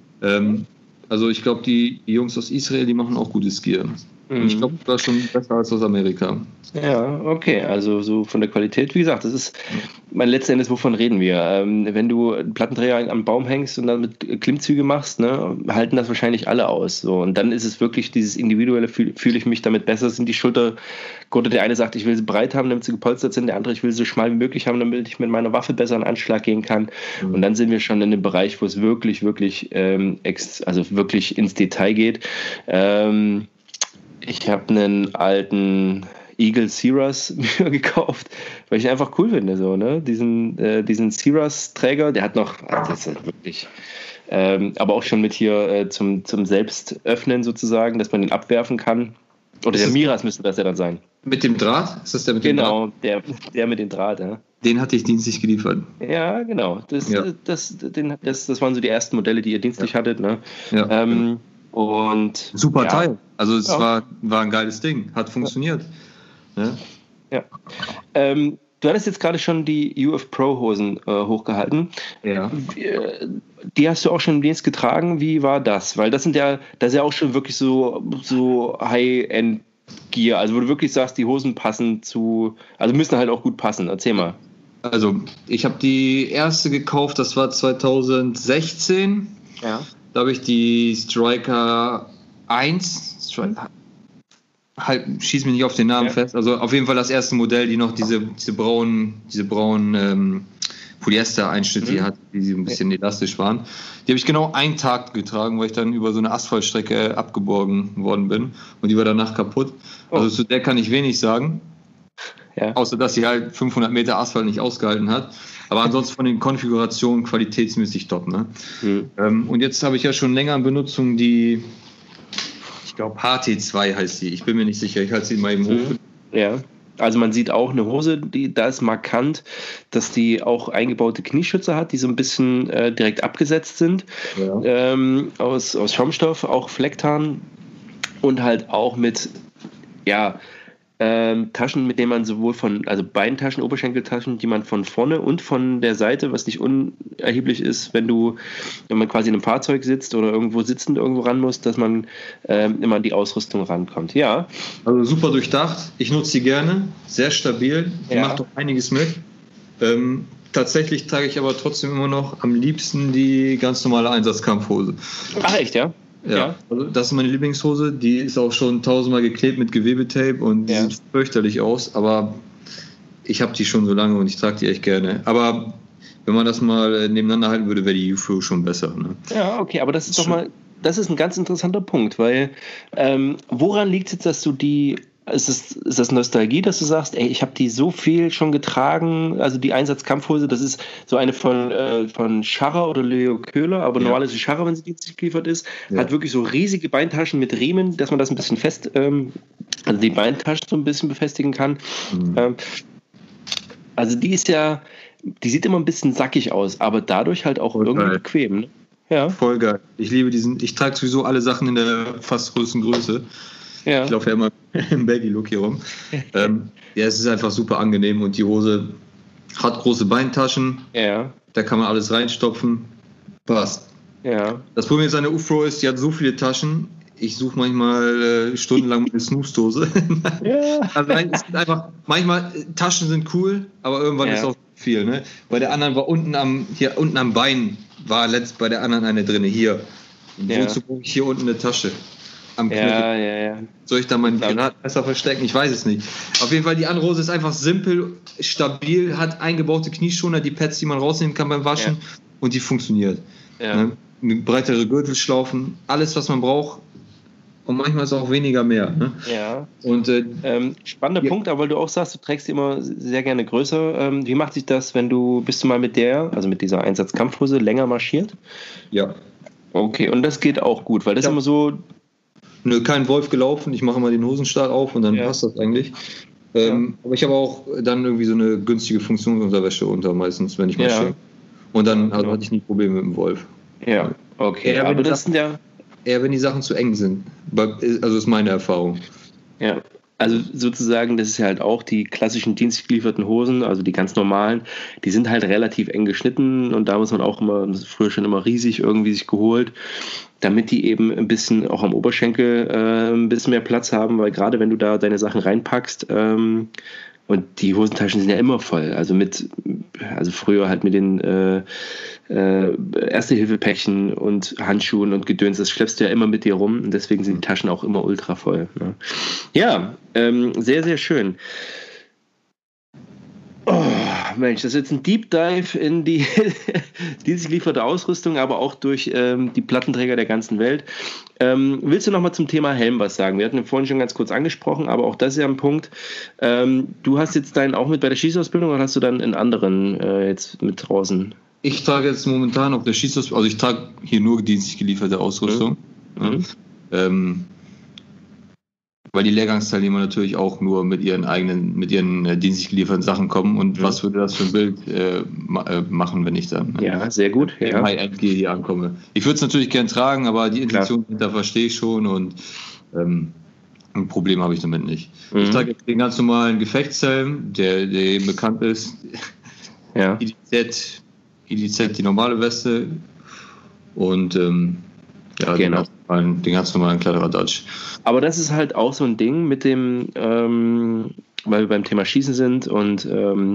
Also ich glaube, die Jungs aus Israel, die machen auch gutes Gear. Und ich glaube, das war schon besser als aus Amerika. Ja, okay. Also so von der Qualität, wie gesagt, das ist mein letzten Endes, wovon reden wir? Wenn du einen Plattenträger am Baum hängst und damit Klimmzüge machst, ne, halten das wahrscheinlich alle aus. So. Und dann ist es wirklich dieses individuelle, fühle ich mich damit besser, sind die Schultergurte. Der eine sagt, ich will sie breit haben, damit sie gepolstert sind. Der andere, ich will sie so schmal wie möglich haben, damit ich mit meiner Waffe besser in Anschlag gehen kann. Und dann sind wir schon in einem Bereich, wo es wirklich, wirklich, wirklich ins Detail geht. Ich habe einen alten Eagle Cirrus mir gekauft, weil ich ihn einfach cool finde, so, ne? Diesen Cirrus-Träger, der hat noch, das ist wirklich, aber auch schon mit hier zum Selbstöffnen sozusagen, dass man ihn abwerfen kann. Oder der Miras müsste das ja dann sein. Mit dem Draht? Ist das der mit dem Draht? Genau, der mit dem Draht, ja. Den hatte ich dienstlich geliefert. Ja, genau. Das waren so die ersten Modelle, die ihr dienstlich hattet, ne? Ja. Und super Teil. Also es war ein geiles Ding. Hat funktioniert. Ja. Du hattest jetzt gerade schon die UF Pro Hosen hochgehalten. Ja. Die hast du auch schon im Dienst getragen. Wie war das? Weil das ist ja auch schon wirklich so High-End Gear. Also wo du wirklich sagst, die Hosen passen also müssen halt auch gut passen. Erzähl mal. Also ich habe die erste gekauft, das war 2016. Ja. Da habe ich die Striker 1, schieß mich nicht auf den Namen fest, also auf jeden Fall das erste Modell, die noch diese braunen Polyester-Einschnitte die hat, die so ein bisschen elastisch waren. Die habe ich genau einen Tag getragen, weil ich dann über so eine Asphaltstrecke abgeborgen worden bin und die war danach kaputt. Also zu der kann ich wenig sagen, außer dass sie halt 500 Meter Asphalt nicht ausgehalten hat. Aber ansonsten von den Konfigurationen qualitätsmäßig top. Ne? Und jetzt habe ich ja schon länger in Benutzung die, ich glaube HT2 heißt die, ich bin mir nicht sicher, ich halte sie mal eben hoch. Ja. Also man sieht auch eine Hose, da ist markant, dass die auch eingebaute Knieschützer hat, die so ein bisschen direkt abgesetzt sind, aus Schaumstoff, auch Flecktarn und halt auch mit Taschen, mit denen man sowohl also Beintaschen, Oberschenkeltaschen, die man von vorne und von der Seite, was nicht unerheblich ist, wenn man quasi in einem Fahrzeug sitzt oder irgendwo sitzend irgendwo ran muss, dass man immer an die Ausrüstung rankommt. Ja. Also super durchdacht. Ich nutze die gerne. Sehr stabil. Die macht doch einiges mit. Tatsächlich trage ich aber trotzdem immer noch am liebsten die ganz normale Einsatzkampfhose. Ach echt, ja? Ja, also das ist meine Lieblingshose. Die ist auch schon 1000-mal geklebt mit Gewebetape und die sieht fürchterlich aus, aber ich habe die schon so lange und ich trage die echt gerne. Aber wenn man das mal nebeneinander halten würde, wäre die UFO schon besser. Ne? Ja, okay, aber das ist das ist ein ganz interessanter Punkt, weil woran liegt es jetzt, dass du die ist das Nostalgie, dass du sagst, ey, ich habe die so viel schon getragen, also die Einsatzkampfhose, das ist so eine von Scharrer oder Leo Köhler, aber normalerweise ist Scharrer, wenn sie dienstlich geliefert ist, hat wirklich so riesige Beintaschen mit Riemen, dass man das ein bisschen also die Beintaschen so ein bisschen befestigen kann. Also die sieht immer ein bisschen sackig aus, aber dadurch halt auch irgendwie bequem. Ne? Ja. Voll geil. Ich liebe ich trage sowieso alle Sachen in der fast größten Größe. Ja. Ich laufe ja immer im Baggy-Look hier rum. Es ist einfach super angenehm und die Hose hat große Beintaschen. Ja. Da kann man alles reinstopfen. Passt. Ja. Das Problem ist an der UFRO ist, die hat so viele Taschen. Ich suche manchmal stundenlang meine Snooze-Dose. Also es ist einfach, manchmal Taschen sind cool, aber irgendwann ist auch viel. Ne? Bei der anderen war unten am Bein war bei der anderen eine drin. Hier. Wozu brauche ich hier unten eine Tasche? Am Knöchel. Soll ich da mein Granatmesser verstecken? Ich weiß es nicht. Auf jeden Fall, die andere Hose ist einfach simpel, stabil, hat eingebaute Knieschoner, die Pads, die man rausnehmen kann beim Waschen und die funktioniert. Ne? Eine breitere Gürtelschlaufen, alles, was man braucht und manchmal ist auch weniger mehr. Ne? Ja. Und, spannender Punkt, aber weil du auch sagst, du trägst die immer sehr gerne größer. Wie macht sich das, bist du mal mit dieser Einsatzkampfhose länger marschiert? Ja. Okay, und das geht auch gut, weil das immer so... Nö, kein Wolf gelaufen, ich mache mal den Hosenstall auf und dann passt das eigentlich. Aber ich habe auch dann irgendwie so eine günstige Funktionsunterwäsche unter, meistens, wenn ich marschiere. Und dann hatte ich nie Probleme mit dem Wolf. Ja, okay. Aber das sind eher wenn die Sachen zu eng sind. Also ist meine Erfahrung. Ja. Also sozusagen, das ist ja halt auch die klassischen dienstlich gelieferten Hosen, also die ganz normalen, die sind halt relativ eng geschnitten und da muss man auch früher schon immer riesig irgendwie sich geholt, damit die eben ein bisschen auch am Oberschenkel ein bisschen mehr Platz haben, weil gerade wenn du da deine Sachen reinpackst, und die Hosentaschen sind ja immer voll, also früher halt mit den Erste-Hilfe-Päckchen und Handschuhen und Gedöns, das schleppst du ja immer mit dir rum und deswegen sind die Taschen auch immer ultra voll. Ne? Ja, sehr, sehr schön. Oh, Mensch, das ist jetzt ein Deep Dive in die dienstlich gelieferte Ausrüstung, aber auch durch die Plattenträger der ganzen Welt. Willst du nochmal zum Thema Helm was sagen? Wir hatten ihn vorhin schon ganz kurz angesprochen, aber auch das ist ja ein Punkt. Du hast jetzt deinen auch mit bei der Schießausbildung oder hast du dann in anderen jetzt mit draußen? Ich trage jetzt momentan auf der Schießausbildung, also ich trage hier nur dienstlich gelieferte Ausrüstung. Weil die Lehrgangsteilnehmer natürlich auch nur mit ihren dienstlich gelieferten Sachen kommen und was würde das für ein Bild machen, wenn ich dann sehr gut, im High-End hier ankomme. Ich würde es natürlich gern tragen, aber die Intention dahinter verstehe ich schon und ein Problem habe ich damit nicht. Ich trage jetzt den ganz normalen Gefechtshelm, der eben bekannt ist. IDZ, die normale Weste und den ganz normalen Kladderadatsch. Aber das ist halt auch so ein Ding mit dem, weil wir beim Thema Schießen sind und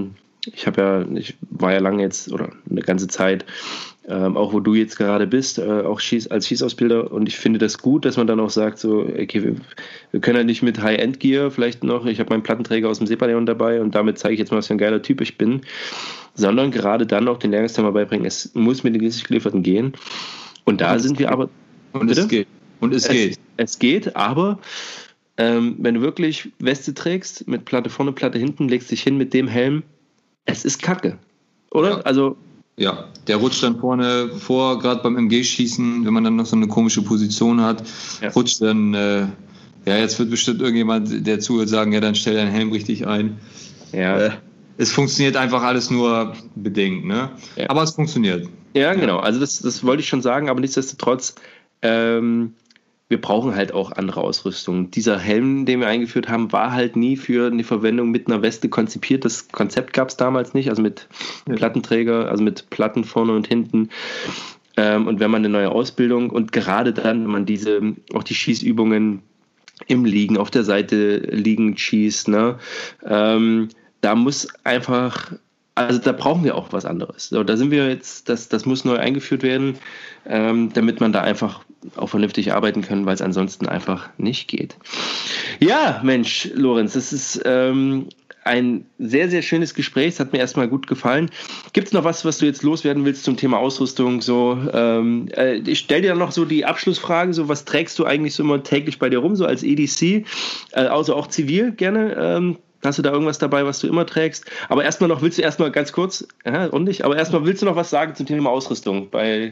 Ich war ja lange jetzt oder eine ganze Zeit, auch wo du jetzt gerade bist, auch als Schießausbilder, und ich finde das gut, dass man dann auch sagt, so, okay, wir können ja nicht mit High-End-Gear vielleicht noch, ich habe meinen Plattenträger aus dem Seeballon dabei und damit zeige ich jetzt mal, was für ein geiler Typ ich bin, sondern gerade dann auch den Lehrgangsteil beibringen, es muss mit den Gelieferten gehen. Und da sind wir aber... Und es geht. Es geht, aber wenn du wirklich Weste trägst, mit Platte vorne, Platte hinten, legst dich hin mit dem Helm, es ist Kacke, oder? Ja. Also... Ja, der rutscht dann vorne vor, gerade beim MG-Schießen, wenn man dann noch so eine komische Position hat, rutscht dann, jetzt wird bestimmt irgendjemand, der zuhört, sagen, ja, dann stell deinen Helm richtig ein. Ja. Es funktioniert einfach alles nur bedingt, ne? Ja. Aber es funktioniert. Ja, genau, also das wollte ich schon sagen, aber nichtsdestotrotz, wir brauchen halt auch andere Ausrüstung. Dieser Helm, den wir eingeführt haben, war halt nie für eine Verwendung mit einer Weste konzipiert. Das Konzept gab es damals nicht, also mit Plattenträger, also mit Platten vorne und hinten. Und wenn man eine neue Ausbildung und gerade dann, wenn man auch die Schießübungen im Liegen, auf der Seite liegend schießt, ne, da muss einfach, also da brauchen wir auch was anderes. So, da sind wir jetzt, das muss neu eingeführt werden, damit man da einfach auch vernünftig arbeiten kann, weil es ansonsten einfach nicht geht. Ja, Mensch, Lorenz, das ist ein sehr, sehr schönes Gespräch. Es hat mir erstmal gut gefallen. Gibt es noch was du jetzt loswerden willst zum Thema Ausrüstung? So, ich stelle dir noch so die Abschlussfrage, so was trägst du eigentlich so immer täglich bei dir rum, so als EDC, also auch zivil gerne? Hast du da irgendwas dabei, was du immer trägst? Aber erstmal noch, willst du erstmal ganz kurz, aber erstmal willst du noch was sagen zum Thema Ausrüstung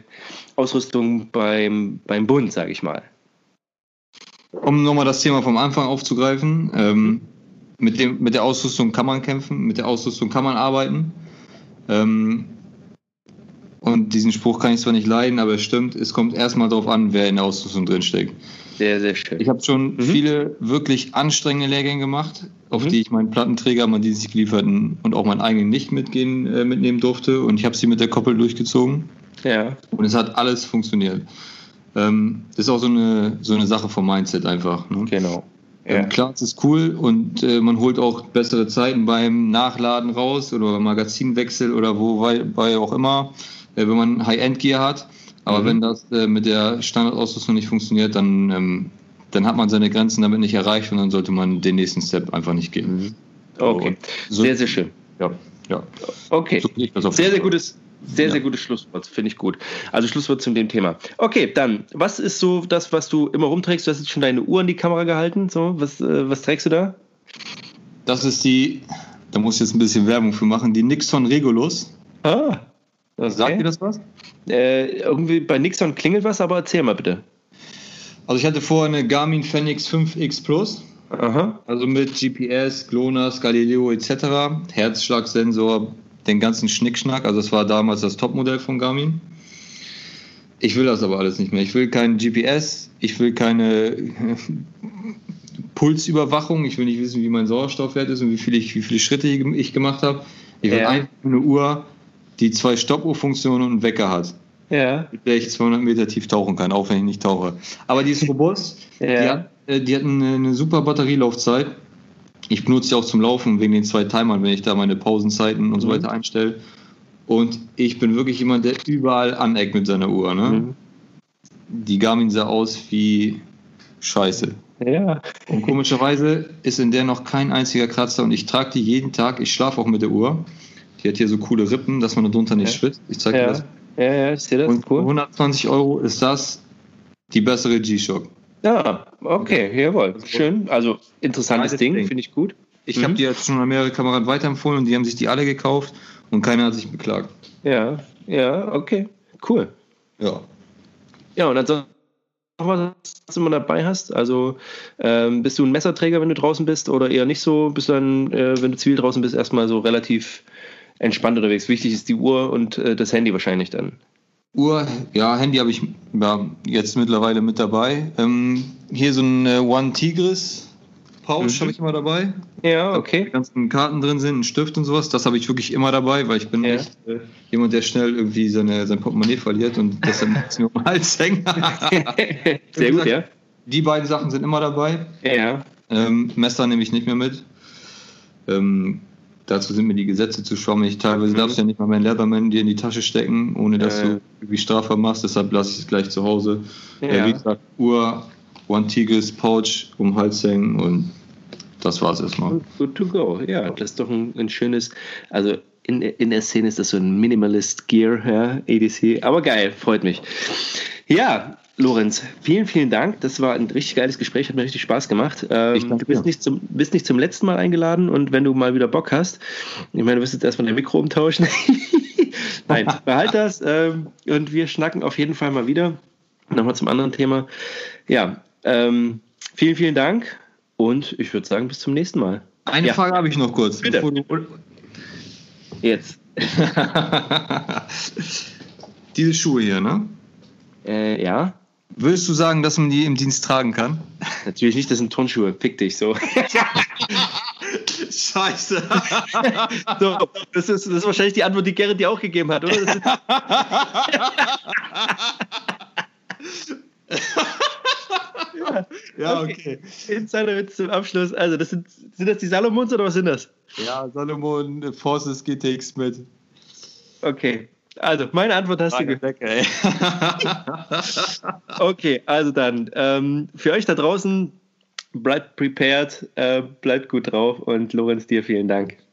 beim Bund, sage ich mal. Um nochmal das Thema vom Anfang aufzugreifen, mit der Ausrüstung kann man kämpfen, mit der Ausrüstung kann man arbeiten. Und diesen Spruch kann ich zwar nicht leiden, aber es stimmt, es kommt erstmal darauf an, wer in der Ausrüstung drinsteckt. Sehr, sehr schön. Ich habe schon viele wirklich anstrengende Lehrgänge gemacht, auf die ich meinen Plattenträger, meinen dienstlich gelieferten und auch meinen eigenen nicht mitnehmen durfte. Und ich habe sie mit der Koppel durchgezogen. Ja. Und es hat alles funktioniert. Das ist auch so eine Sache vom Mindset einfach. Ne? Genau. Ja. Klar, es ist cool und man holt auch bessere Zeiten beim Nachladen raus oder beim Magazinwechsel oder wobei auch immer, wenn man High-End-Gear hat. Aber wenn das mit der Standardausrüstung nicht funktioniert, dann hat man seine Grenzen damit nicht erreicht und dann sollte man den nächsten Step einfach nicht gehen. Okay, sehr, sehr schön. Ja. Okay, So sehr gutes Schlusswort, finde ich gut. Also Schlusswort zu dem Thema. Okay, dann, was ist so das, was du immer rumträgst? Du hast jetzt schon deine Uhr in die Kamera gehalten. So, was trägst du da? Das ist da muss ich jetzt ein bisschen Werbung für machen, die Nixon Regulus. Okay. Sagt dir das was? Irgendwie bei Nixon klingelt was, aber erzähl mal bitte. Also ich hatte vorher eine Garmin Fenix 5X Plus. Aha. Also mit GPS, GLONASS, Galileo etc., Herzschlagsensor, den ganzen Schnickschnack. Also das war damals das Topmodell von Garmin. Ich will das aber alles nicht mehr. Ich will kein GPS, ich will keine Pulsüberwachung, ich will nicht wissen, wie mein Sauerstoffwert ist und wie viele Schritte ich gemacht habe. Ich will einfach eine Uhr, die 2 Stoppuhrfunktionen und einen Wecker hat. Ja. Mit der ich 200 Meter tief tauchen kann, auch wenn ich nicht tauche. Aber die ist robust, die hat eine super Batterielaufzeit. Ich benutze sie auch zum Laufen wegen den 2 Timern, wenn ich da meine Pausenzeiten und so weiter einstelle. Und ich bin wirklich jemand, der überall aneckt mit seiner Uhr. Ne? Die Garmin sah aus wie Scheiße. Ja. Und komischerweise ist in der noch kein einziger Kratzer und ich trage die jeden Tag. Ich schlafe auch mit der Uhr. Die hat hier so coole Rippen, dass man darunter nicht schwitzt. Ich zeige dir das. Ja, ich sehe das. Und für 120 € ist das die bessere G-Shock. Ja, okay, jawohl. Schön. Also interessantes Ding, finde ich gut. Ich habe die jetzt schon an mehrere Kameraden weiterempfohlen und die haben sich die alle gekauft und keiner hat sich beklagt. Ja, okay, cool. Ja. Ja, und ansonsten noch was du immer dabei hast? Also bist du ein Messerträger, wenn du draußen bist oder eher nicht so? Bist du dann, wenn du zivil draußen bist, erstmal so relativ entspannt unterwegs? Wichtig ist die Uhr und das Handy wahrscheinlich dann. Uhr, ja, Handy habe ich jetzt mittlerweile mit dabei. Hier so ein One Tigris Pouch habe ich immer dabei. Ja, okay. Da die ganzen Karten drin sind, ein Stift und sowas. Das habe ich wirklich immer dabei, weil ich bin echt jemand, der schnell irgendwie sein Portemonnaie verliert und deshalb muss ich mir um den Hals hängen. Sehr gut, ja. Die beiden Sachen sind immer dabei. Ja. Messer nehme ich nicht mehr mit. Dann dazu sind mir die Gesetze zu schwammig. Teilweise darfst du ja nicht mal meinen Leatherman dir in die Tasche stecken, ohne dass du irgendwie strafbar machst. Deshalb lasse ich es gleich zu Hause. Wie gesagt, Uhr, One Tigris, Pouch um den Hals hängen und das war's erstmal. Good to go. Ja, das ist doch ein schönes, also in der Szene ist das so ein Minimalist-Gear, ja, EDC. Aber geil, freut mich. Ja, Lorenz, vielen, vielen Dank. Das war ein richtig geiles Gespräch, hat mir richtig Spaß gemacht. Du bist nicht zum letzten Mal eingeladen und wenn du mal wieder Bock hast, ich meine, du wirst jetzt erstmal dein Mikro umtauschen. Nein, behalt das und wir schnacken auf jeden Fall mal wieder. Nochmal zum anderen Thema. Ja, vielen, vielen Dank und ich würde sagen, bis zum nächsten Mal. Eine Frage habe ich noch kurz. Bitte. Jetzt. Diese Schuhe hier, ne? Ja. Würdest du sagen, dass man die im Dienst tragen kann? Natürlich nicht, das sind Turnschuhe. Fick dich so. Scheiße. So, das ist wahrscheinlich die Antwort, die Gerrit dir auch gegeben hat, oder? Ja, okay. Insiderwitz zum Abschluss. Also, sind das die Salomons oder was sind das? Ja, Salomon Forces GTX mit. Okay. Also, meine Antwort hast du gehört. Okay, also dann, für euch da draußen, bleibt prepared, bleibt gut drauf und Lorenz, dir vielen Dank.